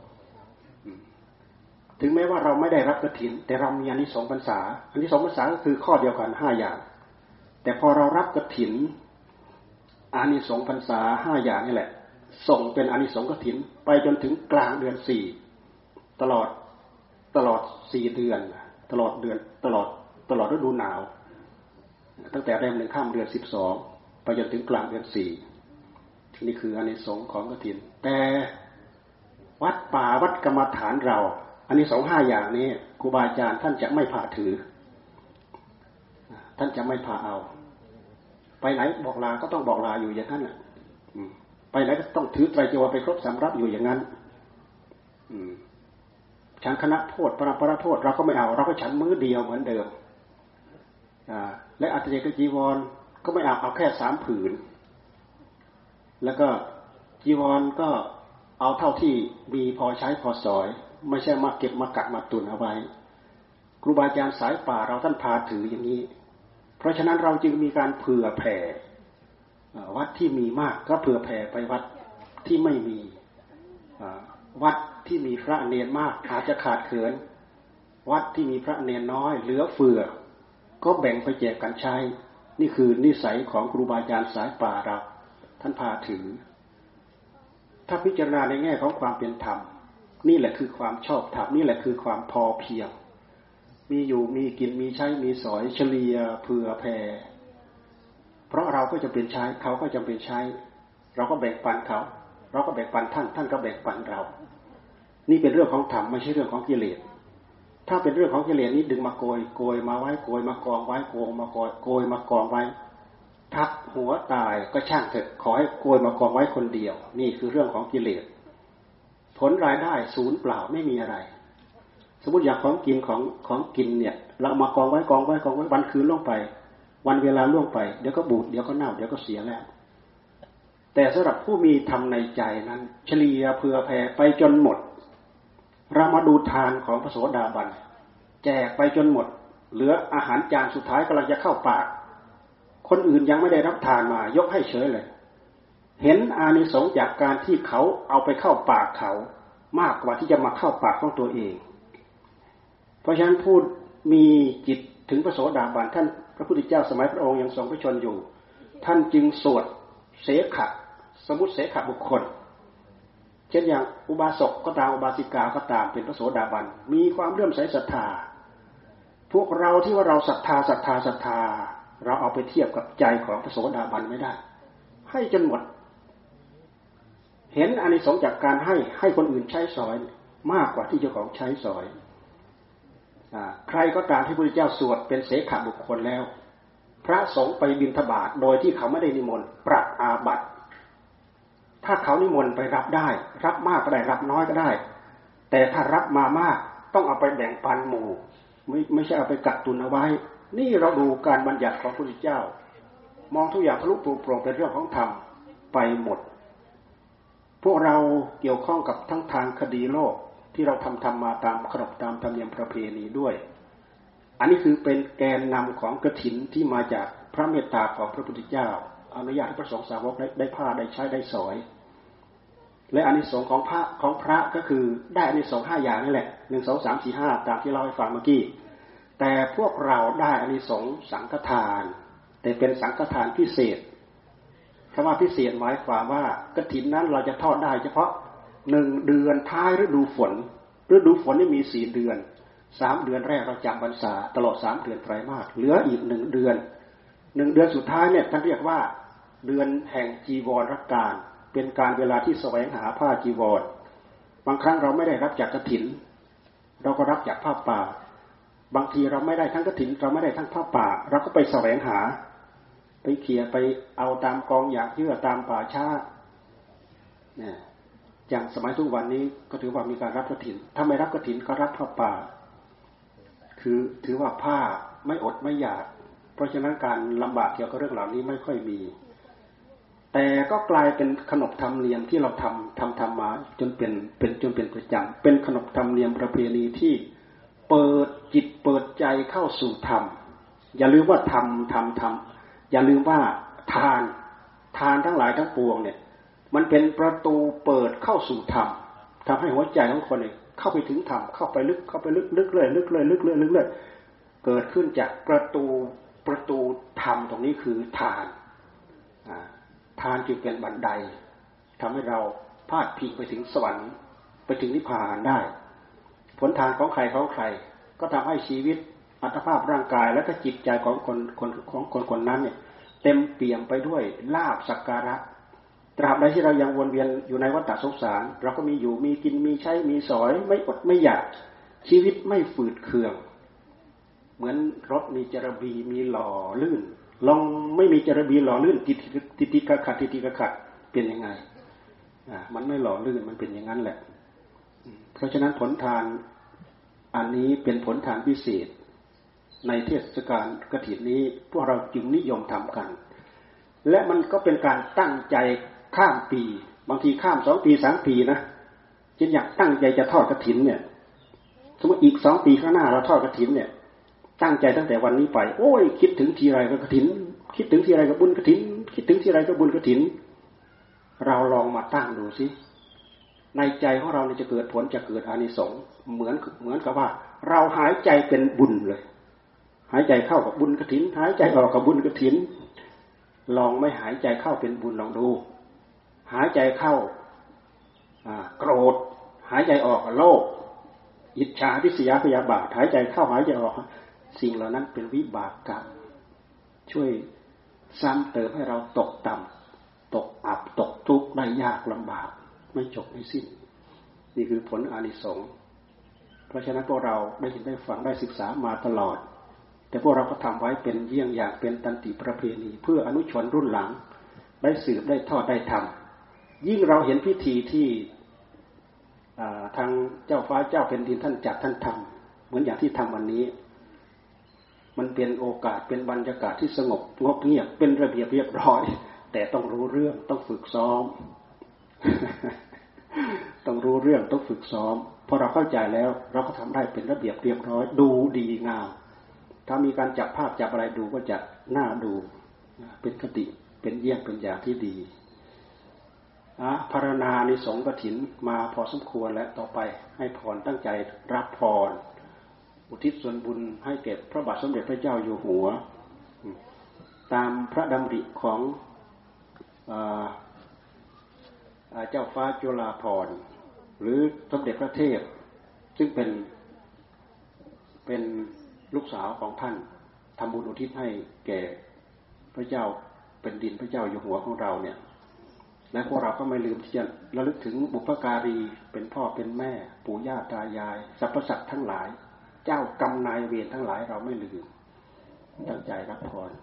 ถึงแม้ว่าเราไม่ได้รับกฐินแต่เรามีอานิสงส์พรรษาอานิสงส์พรรษาก็คือข้อเดียวกันห้าอย่างแต่พอเรารับกฐินอานิสงส์พรรษาห้าอย่างนี่แหละส่งเป็นอานิสงส์กฐินไปจนถึงกลางเดือนสี่ตลอดตลอดสี่เดือนตลอดเดือนตลอดตลอดฤดูหนาวตั้งแต่แรมหนึ่งข้ามเดือนสิบสองไปจนถึงกลางเดือนสี่นี่คืออานิสงส์ของกฐินแต่วัดป่าวัดกรรมฐานเราอานิสงส์ห้าอย่างนี้ครูบาอาจารย์ท่านจะไม่พาถือท่านจะไม่พาเอาไปไหนบอกลาก็ต้องบอกลาอยู่อย่างนั้นแหละไปไหนก็ต้องถือไตรจีวรไปครบสามรับอยู่อย่างนั้นฉันคณะโทษปรัมปราโทษเราก็ไม่เอาเราก็ฉันมื้อเดียวเหมือนเดิมและอติเรกจีวรก็ไม่เอาเอาแค่สามผืนแล้วก็จีวรก็เอาเท่าที่มีพอใช้พอสอยไม่ใช่มาเก็บมากักมาตุนเอาไว้ครูบาอาจารย์สายป่าเราท่านพาถืออย่างนี้เพราะฉะนั้นเราจึงมีการเผื่อแผ่วัดที่มีมากก็เผื่อแผ่ไปวัดที่ไม่มีวัดที่มีพระเนรมากอาจจะขาดเขินวัดที่มีพระเนรน้อยเหลือเฟือก็แบ่งไปแจกกันใช้นี่คือนิสัยของครูบาอาจารย์สายป่าเราท่านพาถือถ้าพิจารณาในแง่ของความเป็นธรรมนี่แหละคือความชอบธรรมนี่แหละคือความพอเพียงมีอยู่มีกินมีใช้มีสอยเฉลี่ยเผื่อแผ่เพราะเราก็จะเป็นใช้เขาก็จะเป็นใช้เราก็แบ่งปันเขาเราก็แบ่งปันท่านท่านก็แบ่งปันเรานี่เป็นเรื่องของธรรมไม่ใช่เรื่องของกิเลสถ้าเป็นเรื่องของกิเลสนี้ดึงมาโกยโกยมาไว้โกยมากองไว้โกงมาโกยโกยมากองไว้ทับหัวตายก็ช่างเถอะขอให้โกยมากองไว้คนเดียวนี่คือเรื่องของกิเลสผลรายได้ศูนย์เปล่าไม่มีอะไรสมมติอยากของกินของของกินเนี่ยเรามากองไว้กองไว้กองไว้วันคืนล่วงไปวันเวลาล่วงไปเดี๋ยวก็บูดเดี๋ยวก็เน่าเดี๋ยวก็เสียแล้วแต่สำหรับผู้มีธรรมในใจนั้นเฉลี่ยเผื่อแผ่ไปจนหมดเรามาดูทานของพระโสดาบันแจกไปจนหมดเหลืออาหารจานสุดท้ายกำลังจะเข้าปากคนอื่นยังไม่ได้รับทานมายกให้เฉยเลยเห็นอานิสงส์จากการที่เขาเอาไปเข้าปากเขามากกว่าที่จะมาเข้าปากของตัวเองเพราะฉะนั้นพูดมีจิตถึงพระโสดาบันท่านพระพุทธเจ้าสมัยพระองค์ยังทรงพระชนอยู่ท่านจึงสวดเสขะสมุติเสขะบุคคลเช่นอย่างอุบาสกก็ตามอุบาสิกาก็ตามเป็นพระโสดาบันมีความเลื่อมใสศรัทธาพวกเราที่ว่าเราศรัทธาศรัทธาศรัทธาเราเอาไปเทียบกับใจของพระโสดาบันไม่ได้ให้จนหมดเห็นอานิสงส์จากการให้ให้คนอื่นใช้สอยมากกว่าที่เจ้าของใช้สอยใครก็ตามที่พระพุทธเจ้าสวดเป็นเสขบุคคลแล้วพระสงฆ์ไปบิณฑบาตโดยที่เขาไม่ได้นิมนต์ปรับอาบัติถ้าเขานิมนต์ไปรับได้รับมากก็ได้รับน้อยก็ได้แต่ถ้ารับมามากต้องเอาไปแบ่งปันหมู่ไม่ไม่ใช่เอาไปกักตุนเอาไว้นี่เราดูการบัญญัติของพระพุทธเจ้ามองทุกอย่างทะลุปลุกปลงเป็นเรื่องของธรรมไปหมดพวกเราเกี่ยวข้องกับทั้งทางคดีโลกที่เราทำทำมาตามขนบตามธรรมเนียมประเพณีด้วยอันนี้คือเป็นแกนนำของกฐินที่มาจากพระเมตตาของพระพุทธเจ้าอนุญาตให้พระสงฆ์สาวกได้ได้ผ้าได้ใช้ได้สอยและอานิสงส์ของพระของพระก็คือได้อานิสงส์ห้าอย่างนี่แหละหนึ่งสองสามสี่ห้าตามที่เราให้ฟังเมื่อกี้แต่พวกเราได้อานิสงส์สังฆทานแต่เป็นสังฆทานพิเศษคำว่าพิเศษหมายความว่ากฐินนั้นเราจะทอดได้เฉพาะหนึ่งเดือนท้ายฤดูฝนฤดูฝนนี่มีสี่เดือนสามเดือนแรกเราจำพรรษาตลอดสามเดือนไตรมาสเหลืออีกหนึ่งเดือนหนึ่งเดือนสุดท้ายเนี่ยท่านเรียกว่าเดือนแห่งจีวรการเป็นการเวลาที่แสวงหาผ้าจีวรบางครั้งเราไม่ได้รับจากกฐินเราก็รับจากผ้าป่าบางทีเราไม่ได้ทั้งกฐินเราไม่ได้ทั้งผ้าป่าเราก็ไปแสวงหาไปเขี่ยไปเอาตามกองหยากเยื่อตามป่าช้าเนี่ยอย่างสมัยทุกวันนี้ก็ถือว่ามีการรับกฐินถ้าไม่รับกฐินก็รับผ้าป่าคือถือว่าผ้าไม่อดไม่อยากเพราะฉะนั้นการลำบากเกี่ยวกับเรื่องเหล่านี้ไม่ค่อยมีแต่ก็กลายเป็นขนบธรรมเนียมที่เราทำทำทำมาจนเป็นเป็นจนเป็นประจำเป็นขนบธรรมเนียมประเพณีที่เปิดจิตเปิดใจเข้าสู่ธรรมอย่าลืมว่าธรรมธรรมธรรมอย่าลืมว่าทานทานทั้งหลายทั้งปวงเนี่ยมันเป็นประตูเปิดเข้าสู่ธรรมทำให้หัวใจของคนเนี่ยเข้าไปถึงธรรมเข้าไปลึกเข้าไปลึกลึกเลยลึกเลยลึกเลยลึกเลยเกิดขึ้นจากประตูประตูธรรมตรงนี้คือทานทานจึงเป็นบันไดทำให้เราพาดพิงไปถึงสวรรค์ไปถึงนิพพานได้ผลทานของใครของใครก็ทำให้ชีวิตอัตภาพร่างกายและก็จิตใจของคนคนของคนคนนั้นเนี่ยเต็มเปี่ยมไปด้วยลาภสักการะตราบใดที่เรายังวนเวียนอยู่ในวัฏฏะสงสารเราก็มีอยู่มีกินมีใช้มีสอยไม่อดไม่อยากชีวิตไม่ฝืดเคืองเหมือนรถมีจระบีมีหล่อลื่นลองไม่มีจระบีหล่อลื่นติดติดติดกระขัดติดติดกระขัดเป็นยังไงอ่ามันไม่หล่อลื่นมันเป็นอย่างนั้นแหละเพราะฉะนั้นผลทานอันนี้เป็นผลทานพิเศษในเทศกาลกฐินนี้พวกเราจึงนิยมทำกันและมันก็เป็นการตั้งใจข้ามปีบางทีข้ามสองปีสามปีนะจึงอยากตั้งใจจะทอดกฐินเนี่ยสมมติอีกสองปีข้างหน้าเราทอดกฐินเนี่ยตั้งใจตั้งแต่วันนี้ไปโอ้ยคิดถึงทีไรก็กฐินคิดถึงทีไรก็บุญกฐินคิดถึงทีไรก็บุญกฐินเราลองมาตั้งดูสิในใจของเราเนี่ยจะเกิดผลจะเกิดอานิสงส์เหมือนเหมือนกับว่าเราหายใจเป็นบุญเลยหายใจเข้ากับบุญกฐินหายใจออกกับบุญกฐินลองไม่หายใจเข้าเป็นบุญลองดูหายใจเข้าโกรธหายใจออกโลภอิจฉาทิษยาพยาบาทหายใจเข้าหายใจออกสิ่งเหล่านั้นเป็นวิบากกรรมช่วยซ้ำเติมให้เราตกต่ำตกอับตกทุกข์ได้ยากลำบากไม่จบไม่สิ้นนี่คือผลอานิสงส์เพราะฉะนั้นพวกเราได้ยินได้ฟังได้ศึกษามาตลอดแต่พวกเราก็ทำไว้เป็นเยี่ยงอย่างเป็นตันติประเพณีเพื่ออนุชนรุ่นหลังได้สืบได้ทอดได้ทำยิ่งเราเห็นพิธีที่ทางเจ้าฟ้าเจ้าแผ่นดินท่านจัดท่านทำเหมือนอย่างที่ทำวันนี้มันเป็นโอกาสเป็นบรรยากาศที่สงบงบเงียบเป็นระเบียบเรียบร้อยแต่ต้องรู้เรื่องต้องฝึกซ้อม ต้องรู้เรื่องต้องฝึกซ้อมพอเราเข้าใจแล้วเราก็ทำได้เป็นระเบียบเรียบร้อยดูดีงามถ้ามีการจับภาพจับอะไรดูก็จะน่าดูเป็นคติเป็นเยี่ยงเป็นอย่างที่ดีอ่ะพารณานิสงส์กฐินมาพอสมควรและต่อไปให้พรตั้งใจรับพรอุทิศส่วนบุญให้แก่พระบาทสมเด็จพระเจ้าอยู่หัวตามพระดำริของเจ้าฟ้าจุฬาภรณ์หรือสมเด็จพระเทพซึ่งเป็นเป็นลูกสาวของท่านทำบุญอุทิศให้แก่พระเจ้าเป็นดินพระเจ้าอยู่หัวของเราเนี่ยและพวกเราก็ไม่ลืมที่จะระลึกถึงบุพการีเป็นพ่อเป็นแม่ปู่ย่าตายายสรรพสัตว์ทั้งหลายเจ้ากรรมนายเวรทั้งหลายเราไม่ลืมตั้งใจรับพร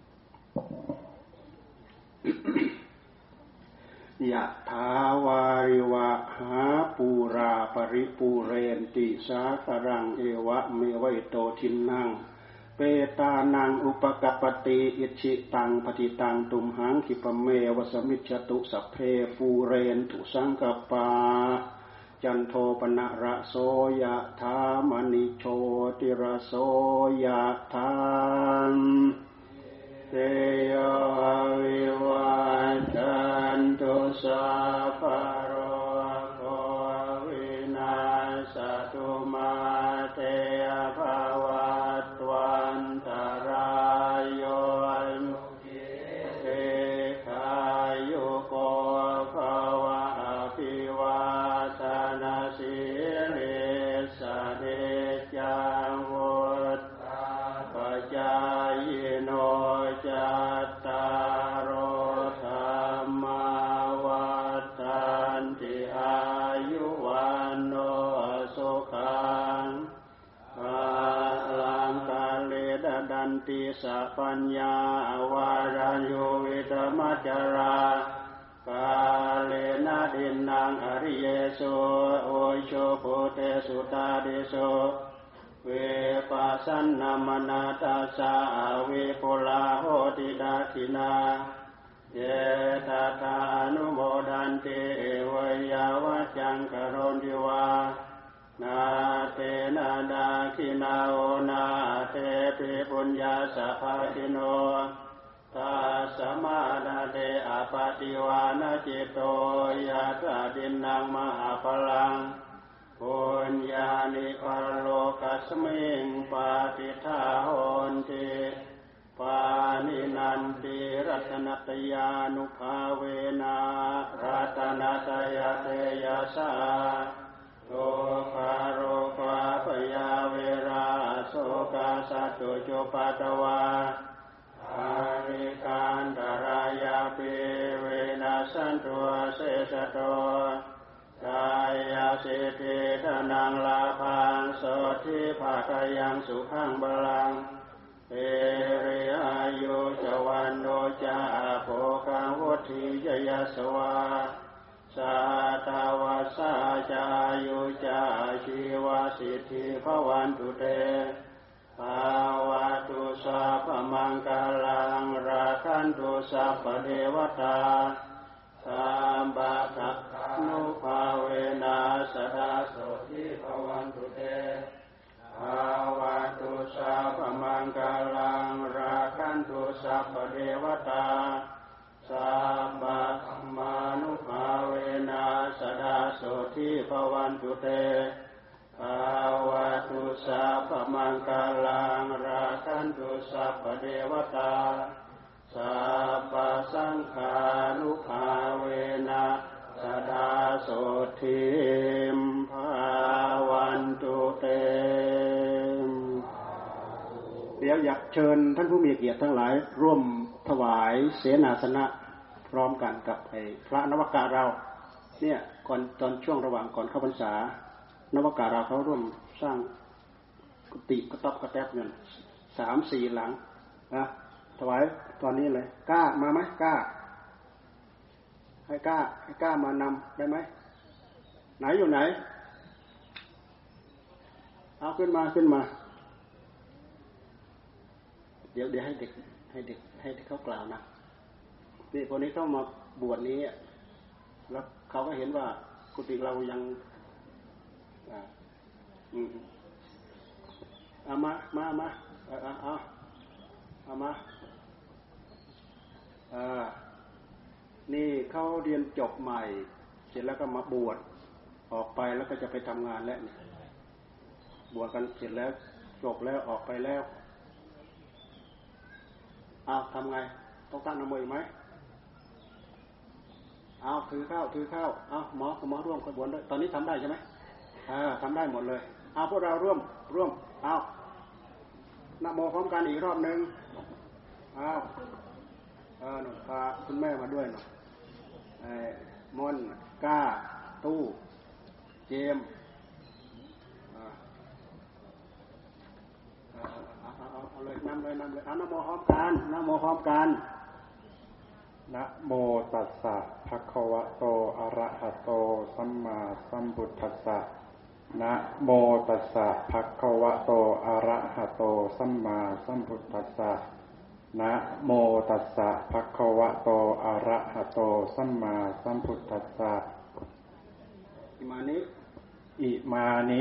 ยะถาวาริวะหาปูราปริปูเรนติสาคารังเอวะเมวะอิโตทินังเปตานังอุปกัปปติอิชิตังปฏิตังตุมหังคิปเมวสมิจฉตุสัพเพปูเรนตุสังกปาจันโทปนะระโสยะถามณิโชติระโสยะถามเตโยวิวัจจันตุสัพพะโรโควินาศตุมาเตภวัตวันตรายโยเอคายุโกภวะอภิวาทนาสิริสเดจังวุฒปัจจายโนจัตตารโอธรรมาวัฏฏันติอายุวันโนสุขังภาลังกาเลดดันติสัพพัญญาวารายุวิตมัจจารากาเลนะดินนางอริเยโสโอโชโพเตสุตาเดโสเวปัสสันนามนาตัสสะเวปุลาโหติดาทินาเยตตาอนุโมดันติเวยาวัจจังกโรนติวานาเตนะดาคินาโอนาเตปิปุญญาสัพพทิโนตัสสมานาเตอปฏิวานาจิตโตยะถาดินนางมหาพลังปุญญานิปโลกัสมิงปาติทาโหนติปานินันติรัตนตยานุภาเวนะรัตนตยเตยะสาโลภะโรภะปยาเวราโสกาสัตตุจุปัตตวาอาริกันตรายาปิเวนะสันตุเสสโตกายสิทธิธนังลาภังโสทิภาคยังสุขังบาลังเอริอายุจวันโนจาโภคังวุฒิยยสวาสาตาวาสาจายุจาชีวสิทธิภวันตุเตภาวะตุสัพพมังคลังราคันตุสัพพเทวตาสัมปะทานุภาเวนะสดาโสทิภวันตุเตภาวะตุสัพพมังคลังราคันตุสัพพเทวตาสัมปะมานุภาเวนะสดาโสทิภวันตุเตภาวะตุสัพพมังคลังราคันตุสัพพเทวตาสัพพสังฆานุภาเวนะสดาโสทิภวันตุเตเดี๋ยวอยากเชิญท่านผู้มีเกียรติทั้งหลายร่วมถวายเสนาสนะพร้อมกันกับไอ้พระนวากาเราเนี่ยก่อนตอนช่วงระหว่างก่อนเข้าพรรษานวากาเราเขาร่วมสร้างกุฏิกระต๊อบกระแทบเนี่ยสามสี่หลังนะถวายตอนนี้เลยกล้ามาไหมกล้าให้กล้าให้กล้ามานำได้ไหมไหนอยู่ไหนเอาขึ้นมาขึ้นมาเดี๋ยวเดี๋ยวให้เด็กให้เด็กให้เด็กเขากล่าวนะนี่คนนี้เข้ามาบวชนี้แล้วเขาก็เห็นว่ากุฏิเรายังอ่าอืมเอามามามาเอาเอาเอามาอ่านี่เขาเรียนจบใหม่เสร็จแล้วก็มาบวชออกไปแล้วก็จะไปทำงานแล้วบวชกันเสร็จแล้วจบแล้วออกไปแล้วอ้าวทำไงต้องตั้งนโมอีกไหมอ้าวถือข้าวถือข้าวอ้าวหมอหมอร่วมขบวนด้วยตอนนี้ทำได้ใช่ไหมอ่าทำได้หมดเลยอ้าวพวกเราร่วมร่วมอ้าวนะโมพร้อมกันอีกรอบหนึ่งอ้าวเออหนูพาคุณแม่มาด้วยหน่อยไอ้มนก้าตู้เจมอ่าเอาเอาเอาเอาเลยนำเลยนำเลยเอานะโมพร้อมกันนะโมพร้อมกัน
นะโมตัสสะภะคะวะโตอะระหะโตสัมมาสัมพุทธัสสะนะโมตัสสะภะคะวะโตอะระหะโตสัมมาสัมพุทธัสสะนะโมตัสสะภะคะวะโตอะระหะโตสัมมาสัมพุทธัสสะ
อิมานิ
อิมานิ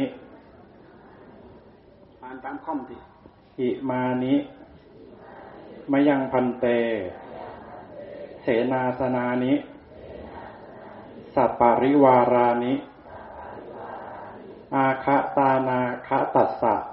อ่านตามคำดิ
อิมานิมะยังพันเตเสนาสนานิสัปปะริวารานิอาคะตานาคะตัสสะ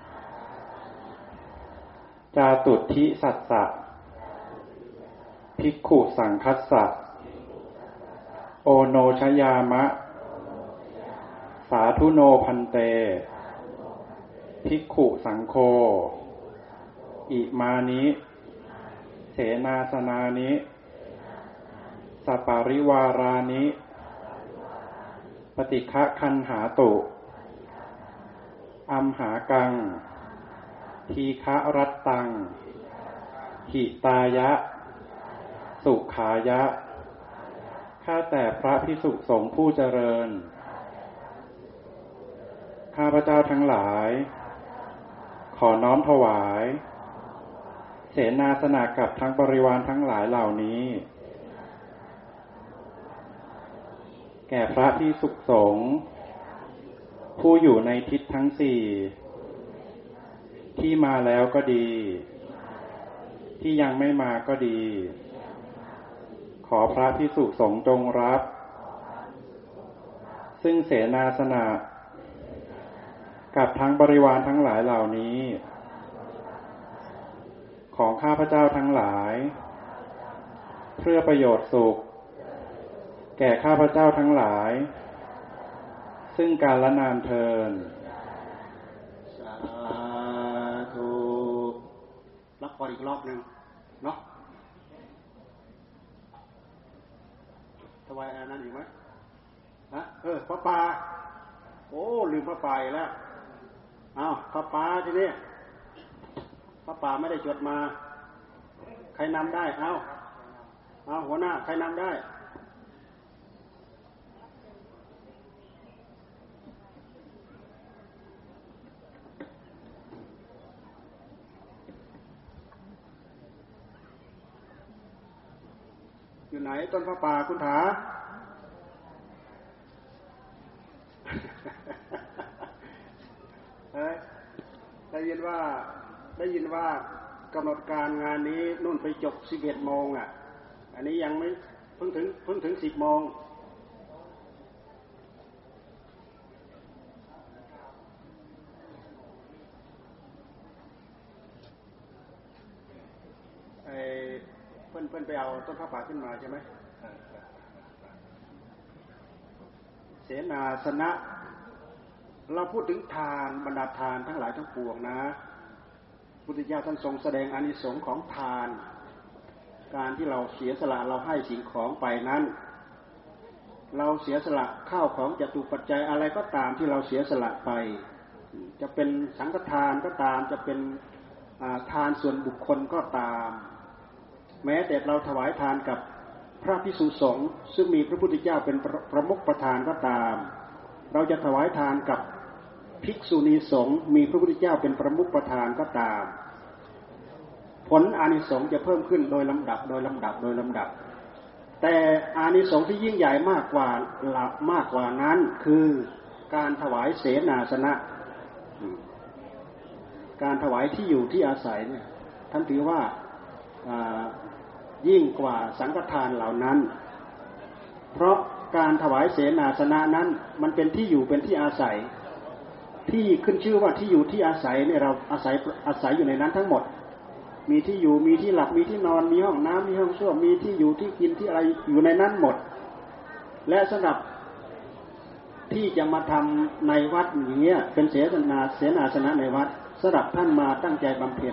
จาตุทิสัสสะภิกขุสังคัสสะโอโนชยามะสาธุโนพันเตภิกขุสังโฆอิมานิเสนาสนานิสัปปะริวารานิปฏิฆะคันหาตุอัมหากังทีฆะรัตตังหิตายะสุขายะข้าแต่พระภิกษุสงฆ์ผู้เจริญข้าพเจ้าทั้งหลายขอน้อมถวายเสนาสนะกับทั้งบริวารทั้งหลายเหล่านี้แก่พระภิกษุสงฆ์ผู้อยู่ในทิศทั้งสี่ที่มาแล้วก็ดีที่ยังไม่มาก็ดีขอพระภิกษุสงฆ์จงรับซึ่งเสนาสนะกับทั้งบริวารทั้งหลายเหล่านี้ของข้าพเจ้าทั้งหลายเพื่อประโยชน์สุขแก่ข้าพเจ้าทั้งหลายซึ่งกาลนานเทอญ
สาธุรับพรอีกรอบหนึ่งเนาะถวายอันนั้นอีกไหมฮะเออพระป่าโอ้ลืมพระป่าอีกแล้วอ้าวพระป่าทีนี้พระป่าไม่ได้จดมาใครนำได้เอ้าเอาหัวหน้าใครนำได้อยู่ไหนต้นพระป่าคุณถาได้ยินว่าได้ยินว่ากำหนดการงานนี้นู่นไปจบสิบเอ็ดโมงอ่ะอันนี้ยังไม่เพิ่งถึงเพิ่งถึงสิบโมงไอเพิ่นเพิ่นไปเอาต้นพระป่าขึ้นมาใช่ไหมเสนาสนะเราพูดถึงทานบรรดาทานทั้งหลายทั้งปวงนะพุทธเจ้าท่านทรงแสดงอานิสงส์ของทานการที่เราเสียสละเราให้สิ่งของไปนั้นเราเสียสละข้าวของจตุปัจจัยอะไรก็ตามที่เราเสียสละไปจะเป็นสังฆทานก็ตามจะเป็นทานส่วนบุคคลก็ตามแม้แต่เราถวายทานกับพระภิกษุสงฆ์ซึ่งมีพระพุทธเจ้าเป็นประมุขประธานก็ตามเราจะถวายทานกับภิกษุณีสงฆ์มีพระพุทธเจ้าเป็นประมุขประธานก็ตามผลอานิสงส์จะเพิ่มขึ้นโดยลำดับโดยลำดับโดยลำดับแต่อานิสงส์ที่ยิ่งใหญ่มากกว่าหลับมากกว่านั้นคือการถวายเสนาสนะการถวายที่อยู่ที่อาศัยเนี่ยท่านถือว่ายิ่งกว่าสังฆทานเหล่านั้นเพราะการถวายเสนาสนะนั้นมันเป็นที่อยู่เป็นที่อาศัยที่ขึ้นชื่อว่าที่อยู่ที่อาศัยเนี่ยเราอาศัยอาศัยอยู่ในนั้นทั้งหมดมีที่อยู่มีที่หลับมีที่นอนมีห้องน้ำมีห้องส้วมมีที่อยู่ที่กินที่อะไรอยู่ในนั้นหมดและสำหรับที่จะมาทำในวัดอย่างเงี้ยเป็นเสนาเสนาสนะในวัดสำหรับท่านมาตั้งใจบำเพ็ญ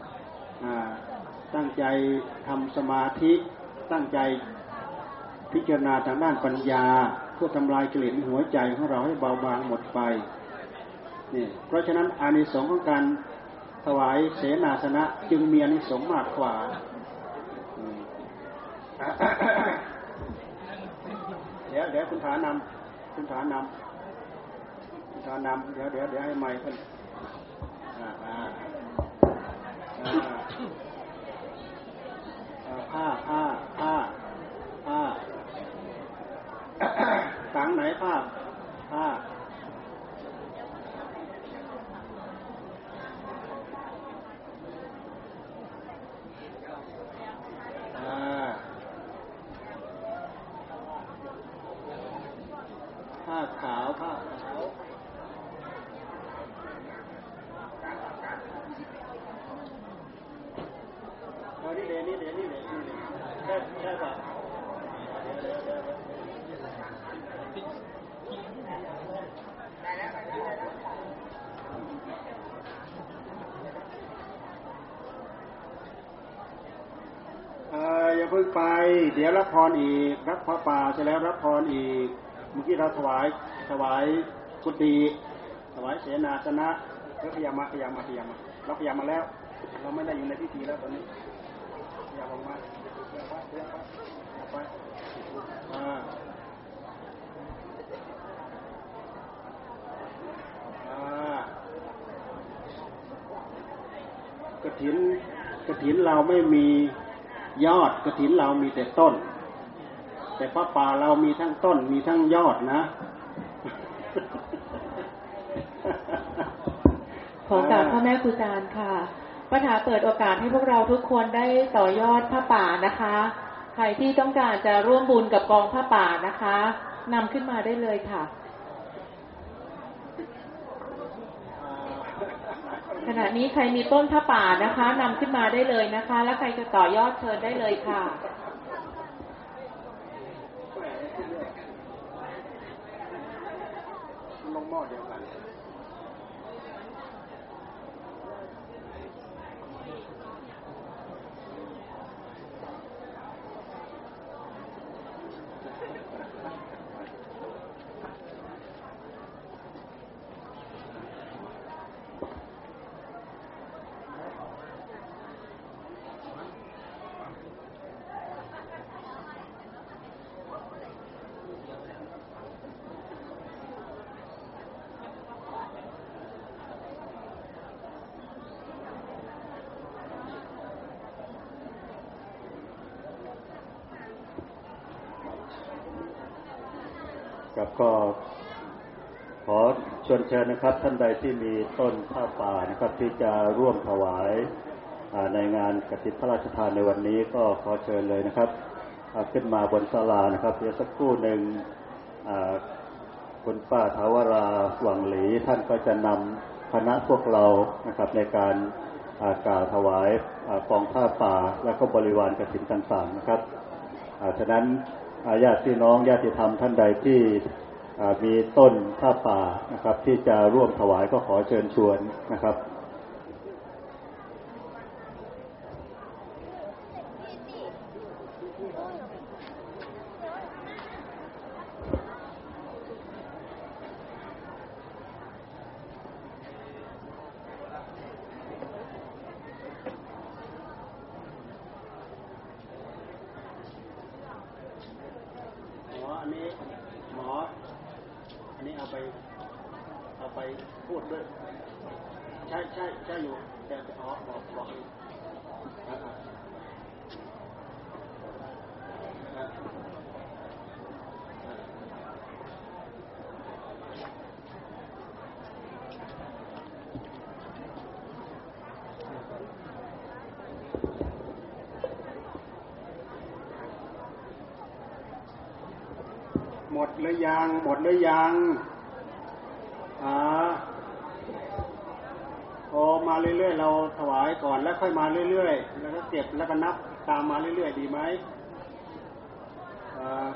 ตั้งใจทำสมาธิตั้งใจพิจารณาทางด้านปัญญาเพื่อทำลายกิเลสในหัวใจของเราให้เบาบางหมดไปนี่เพราะฉะนั้นอานิสงส์ของการถวายเสนาสนะจึงมีอานิสงส์มากกว่าเดี๋ยวเดี๋ยวคุณฐานนำคุณฐานนำคุณฐานนำเดี๋ยวเดี๋ยวเดี๋ยวให้ไมค์ขึ้นผ้าผ้าผ้าผ้าตังไหนผ้าผ้าผ้าขาวผ้าขาวเอานี่เดี๋ยวนี่เดี๋ยวนี่เดี๋ยวนี่แค่แค่แบบอย่าเพิ่งไปเดี๋ยวรับพรอีกรับพระป่าเสร็จแล้วรับพรอีกเมื่อกี้เราถวายถวายกุฏิถวายเสนาสนะแล้วพยายามมาพยายามมาพยายามมาเราพยายามมาแล้วเราไม่ได้อยู่ในพิธีแล้วตอนนี้พยายามออกมาเรื่องวัดเรื่องวัดออกไปอ่าอ่ากฐินกฐินเราไม่มียอดกฐินเรามีแต่ต้นแต่พระป่าเรามีทั้งต้นมีทั้งยอดนะ
ขอกราบพ่อแม่ครูอาจารย์ค่ะปัญหาเปิดโอกาสให้พวกเราทุกคนได้ต่อยอดผ้าป่านะคะใครที่ต้องการจะร่วมบุญกับกองผ้าป่านะคะนำขึ้นมาได้เลยค่ะขณะนี้ใครมีต้นผ้าป่านะคะนำขึ้นมาได้เลยนะคะแล้วใครจะต่อยอดเชิญได้เลยค่ะ
ลงหม้อเดียวกัน
ครับก็ขอชวนเชิญนะครับท่านใดที่มีต้นผ้าป่านะครับที่จะร่วมถวายในงานกฐินพระราชทานในวันนี้ก็ขอเชิญเลยนะครับขึ้นมาบนศาลานะครับเดี๋ยวสักครู่หนึ่งคุณป้าทาวราหวังหลีท่านก็จะนำคณะพวกเรานะครับในการกล่าวถวายกองผ้าป่าและก็บริวารกฐินต่างๆนะครับฉะนั้นญาติพี่น้องญาติธรรมท่านใดที่มีต้นผ้าป่านะครับที่จะร่วมถวายก็ขอเชิญชวนนะครับ
อันนี้หมออันนี้เอาไปเอาไปพูดด้วยใช่ใช่ใช่อยู่แต่อ๋อบอกบอกมดหรือยังหมดหรือยังอ่าโอ้มาเรื่อยๆเราถวายก่อนแล้วค่อยมาเรื่อยๆแล้วก็เก็บแล้วก็นับตามมาเรื่อยๆดีไหมอ่า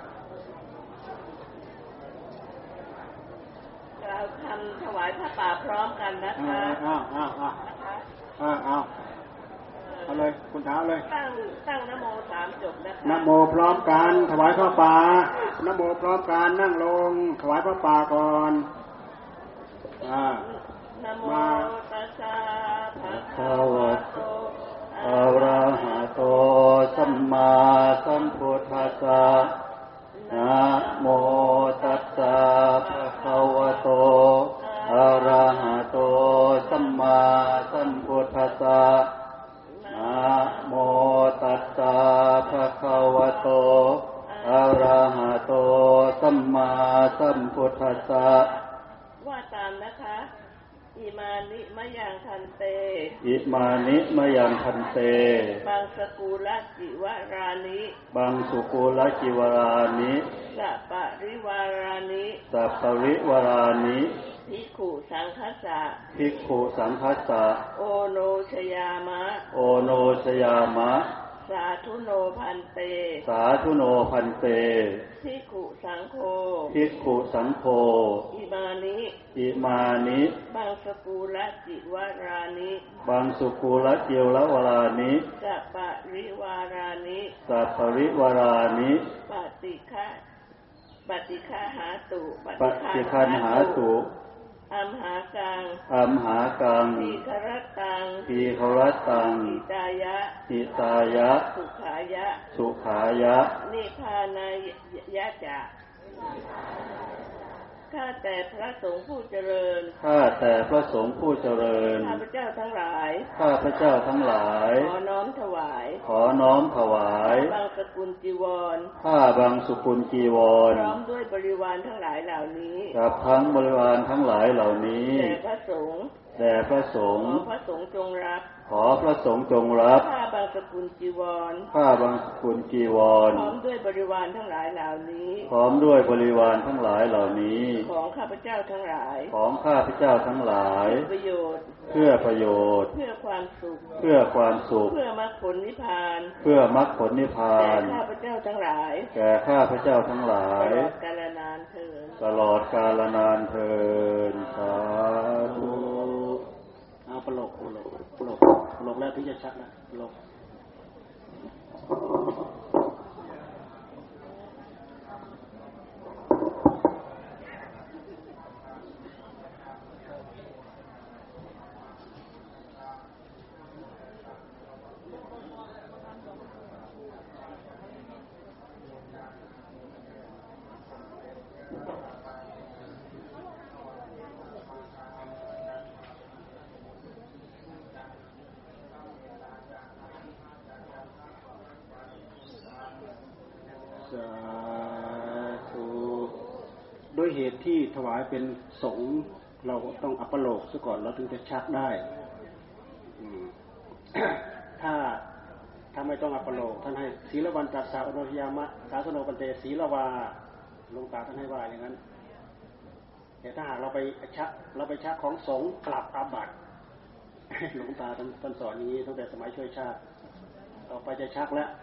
เราทำถวายผ้าป่าพร้อมกันนะคะ
อ้าวอ้าวอ้าวอ้าวอ้าวเอาเลยคุณท้าเลย
ตั้งตั้งนะโมสามจบนะคะ
นะโมพร้อมกันถวายผ้าป่านะโมพร้อมกันนั่งลงถวายผ้าป่าก่อนอ่า
นะโมตัสสะภะคะวะโต
อะระหะโตสัมมาสัมพุทธัสสะนะโมตัสสะภะคะวะโตอะระหะโตสัมมาสัมพุทธัสสะนะโมตัสสะภะคะวะโตอะระหะโตสัมมาสัมพุทธัสสะ
ว่าตามนะคะอิมานิมะยังทันเต
อิมานิมะยังทันเต
บางสกุลจิวารานิ
บางสุกุลจิวารานิ
สัปปริวารานิ
สัปปริวารานิ
ภิกขุสังคัสสะ
ภิกขุสังคัสสะ
โอโนชยามะ
โอโนชยามะ
สาธุโนพันเต
สาธุโนพันเต
ภิกขุสังโฆ
ภิกขุสังโฆ
อิมานิ
อิมานิ
บางสกุลจิวารานิ
บางสุกุลจิววารานิ
สัปปริวารานิ
สัปปริวารานิ
ปฏิฆะปฏิฆะหาตุ
ปฏิฆะหาตุ
อัมหากัง
อัมหากัง
ทีฆรตัง
ทีฆรตัง
หิตายะ
หิตายะ
สุขายะ
สุขายะ
นิพพานายะจะข้าแต่พระสงฆ์ผู้เจริญ
ข้าแต่พระสงฆ์ผู้เจริญ
ข้าพเจ้าทั้งหลาย
ข้าพเจ้าทั้งหลาย
ขอน้อมถวาย
ขอน้อมถวาย
บางสกุลจีวร
ผ้าบางสกุลจีวร
พร้อมด้วยบริวารทั้งหลายเหล่านี้
กับทั้งบริวารทั้งหลายเหล่านี้
แด่พระสงฆ์
แด่พระสงฆ์
ขอพระสงฆ์จงรับ
ขอพระสงฆ์จงรับ
ผ้าบางสกุลจีวร
ผ้าบางสกุลจีวร
พร้อมด้วยบริวารทั้งหลายเหล่านี้
พร้อมด้วยบริวารทั้งหลายเหล่านี้
ของข้าพเจ้าทั้งหลาย
ของข้าพเจ้าทั้งหลาย
ประโยชน์
เพื่อประโยชน์
เพื่อความสุข
เพื่อความสุข
เพื่อมรรคผลนิพพาน
เพื่อมรรคผลนิพพาน
แก่ข้าพเจ้าทั้งหลาย
แก่ข้าพเจ้าทั้งหลาย
ตลอดกาลนานเทอญ
ตลอดกาลนานเทอญสาธุ
เอาปลกปลกปลกปลกแล้วถึงจะชัดนะปลกด้วยเหตุที่ถวายเป็นสงฆ์เราต้องอัปโลกซะก่อนเราถึงจะชักได้ถ้าถ้าไม่ต้องอัปโลกท่านให้ศีลวันตัสสะอโนทยามะสาสโนปันเตศีลวาหลวงตาท่านให้ว่าอย่างนั้นแต่ถ้าหากเราไปชักเราไปชักของสงฆ์กลับอาบัติหลวงตาท่านท่านสอนอย่างนี้ตั้งแต่สมัยช่วยชาติต่อไปจะชักแล้ว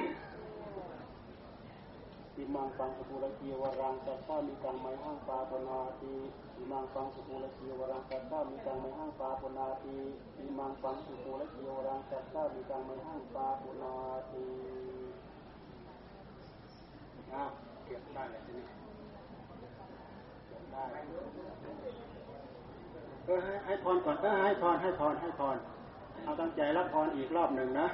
อิมังฟังสุกุลจีวรังสัตตามิกังไมหังปาปนาติอิมังฟังสุกุลจีวรังสัตตามิกังไมหังปาปนาติอิมังฟังสุกุลจีวรังสัตตามิกังไมหังปาปนาติอ้าวเก็บได้เลยทีนี้เก็บได้เออให้ให้พรก่อนเออให้พรให้พรให้พรเอาตั้งใจรับพรอีกรอบหนึ่งนะ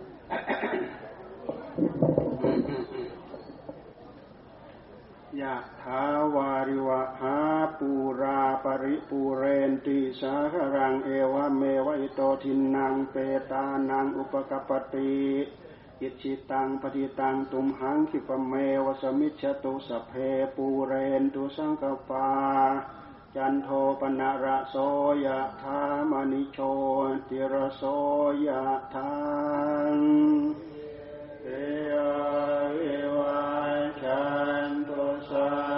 ยะถาวาริวะหาปูราปริปูเรนติสาครังเอวะเมวะอิโตทินังเปตานังอุปกัปปติอิจิตังปฏิตังตุมหังคิปเมวะสมิจฉตุสัพเพปูเรนตุสังกปาจันโทปนะระโสยะธามณิโชติระโสยะธาเอวะเอวะจันตุสั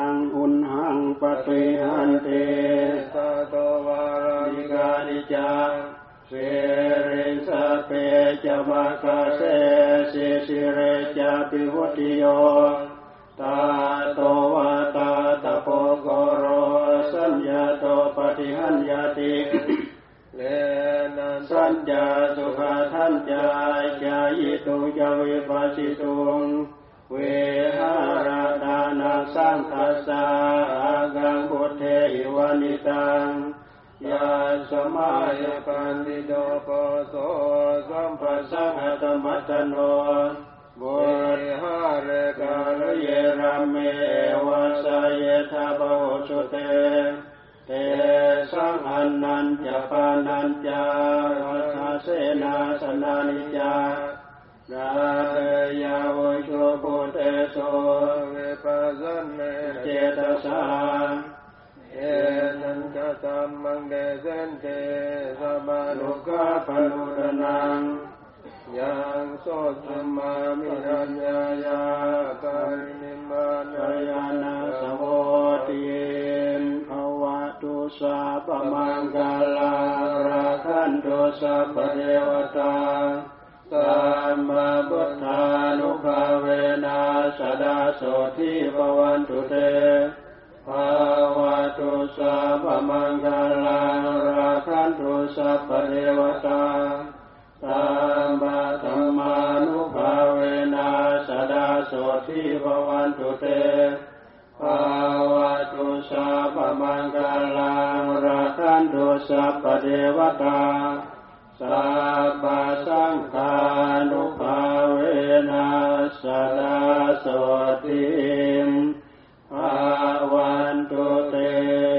งอุณหังปฏิหันเตสัตวารานิกานิจังเสริสเปจมะกะเสสิสิเรจาปิหุติโยตาโตวาตาตะโปโกโรสัญญาโตปฏิหันยติเลนะสัญญาสุขทัญญาจายิตุจวิปัสสิตุงเวหารดานังสังคัสสะอากังพุทเทหิวานิตังยาสมายกันติโดโปโสสัมปัสสังหัตมัตตโนบุริหาเรกาลเยระเมวะสายทาภวสุเตเตสังอันนันจะปานันจาวัฏเสนาสนานิจาราเตยาวโชปุเตโสเวปัสสเนเจตสาเอนันจะตัมมังเดเสนเตสัมมานุกะปนุรนังยังโสตัมมามิรัญญายาปารินิมานายานาสโมติภวตุสัพพมังคลังราคันตุสัพพเทวตาสัมมาพุทธานุภาเวนะสดาโสทิภวันตุเตภวตุสัพพมังคลังราคันตุสัพพเทวตาสัมมาธัมมานุภาเวนะสดาโสทิภวันตุเตภวตุสัพพมังคลังราคันตุสัพพเทวตาสัพพสังฆานุภาเวนะสดาโสทิภวันตุเต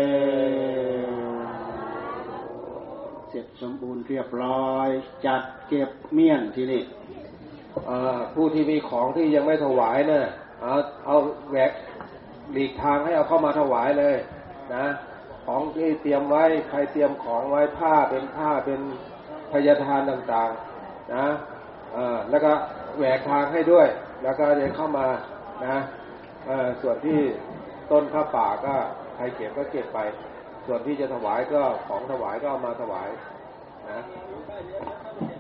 เสร็จสมบูรณ์เรียบร้อยจัดเก็บเมี่ยนที่นี่ผู้ที่มีของที่ยังไม่ถวายเนี่ยเอาเอาแหวกหลีกทางให้เอาเข้ามาถวายเลยนะของที่เตรียมไว้ใครเตรียมของไว้ผ้าเป็นผ้าเป็นพยาทานต่างๆนะแล้วก็แหวกทางให้ด้วยแล้วก็เดินเข้ามานะส่วนที่ต้นผ้าป่าก็ใครเก็บก็เก็บไปส่วนที่จะถวายก็ของถวายก็เอามาถวายนะ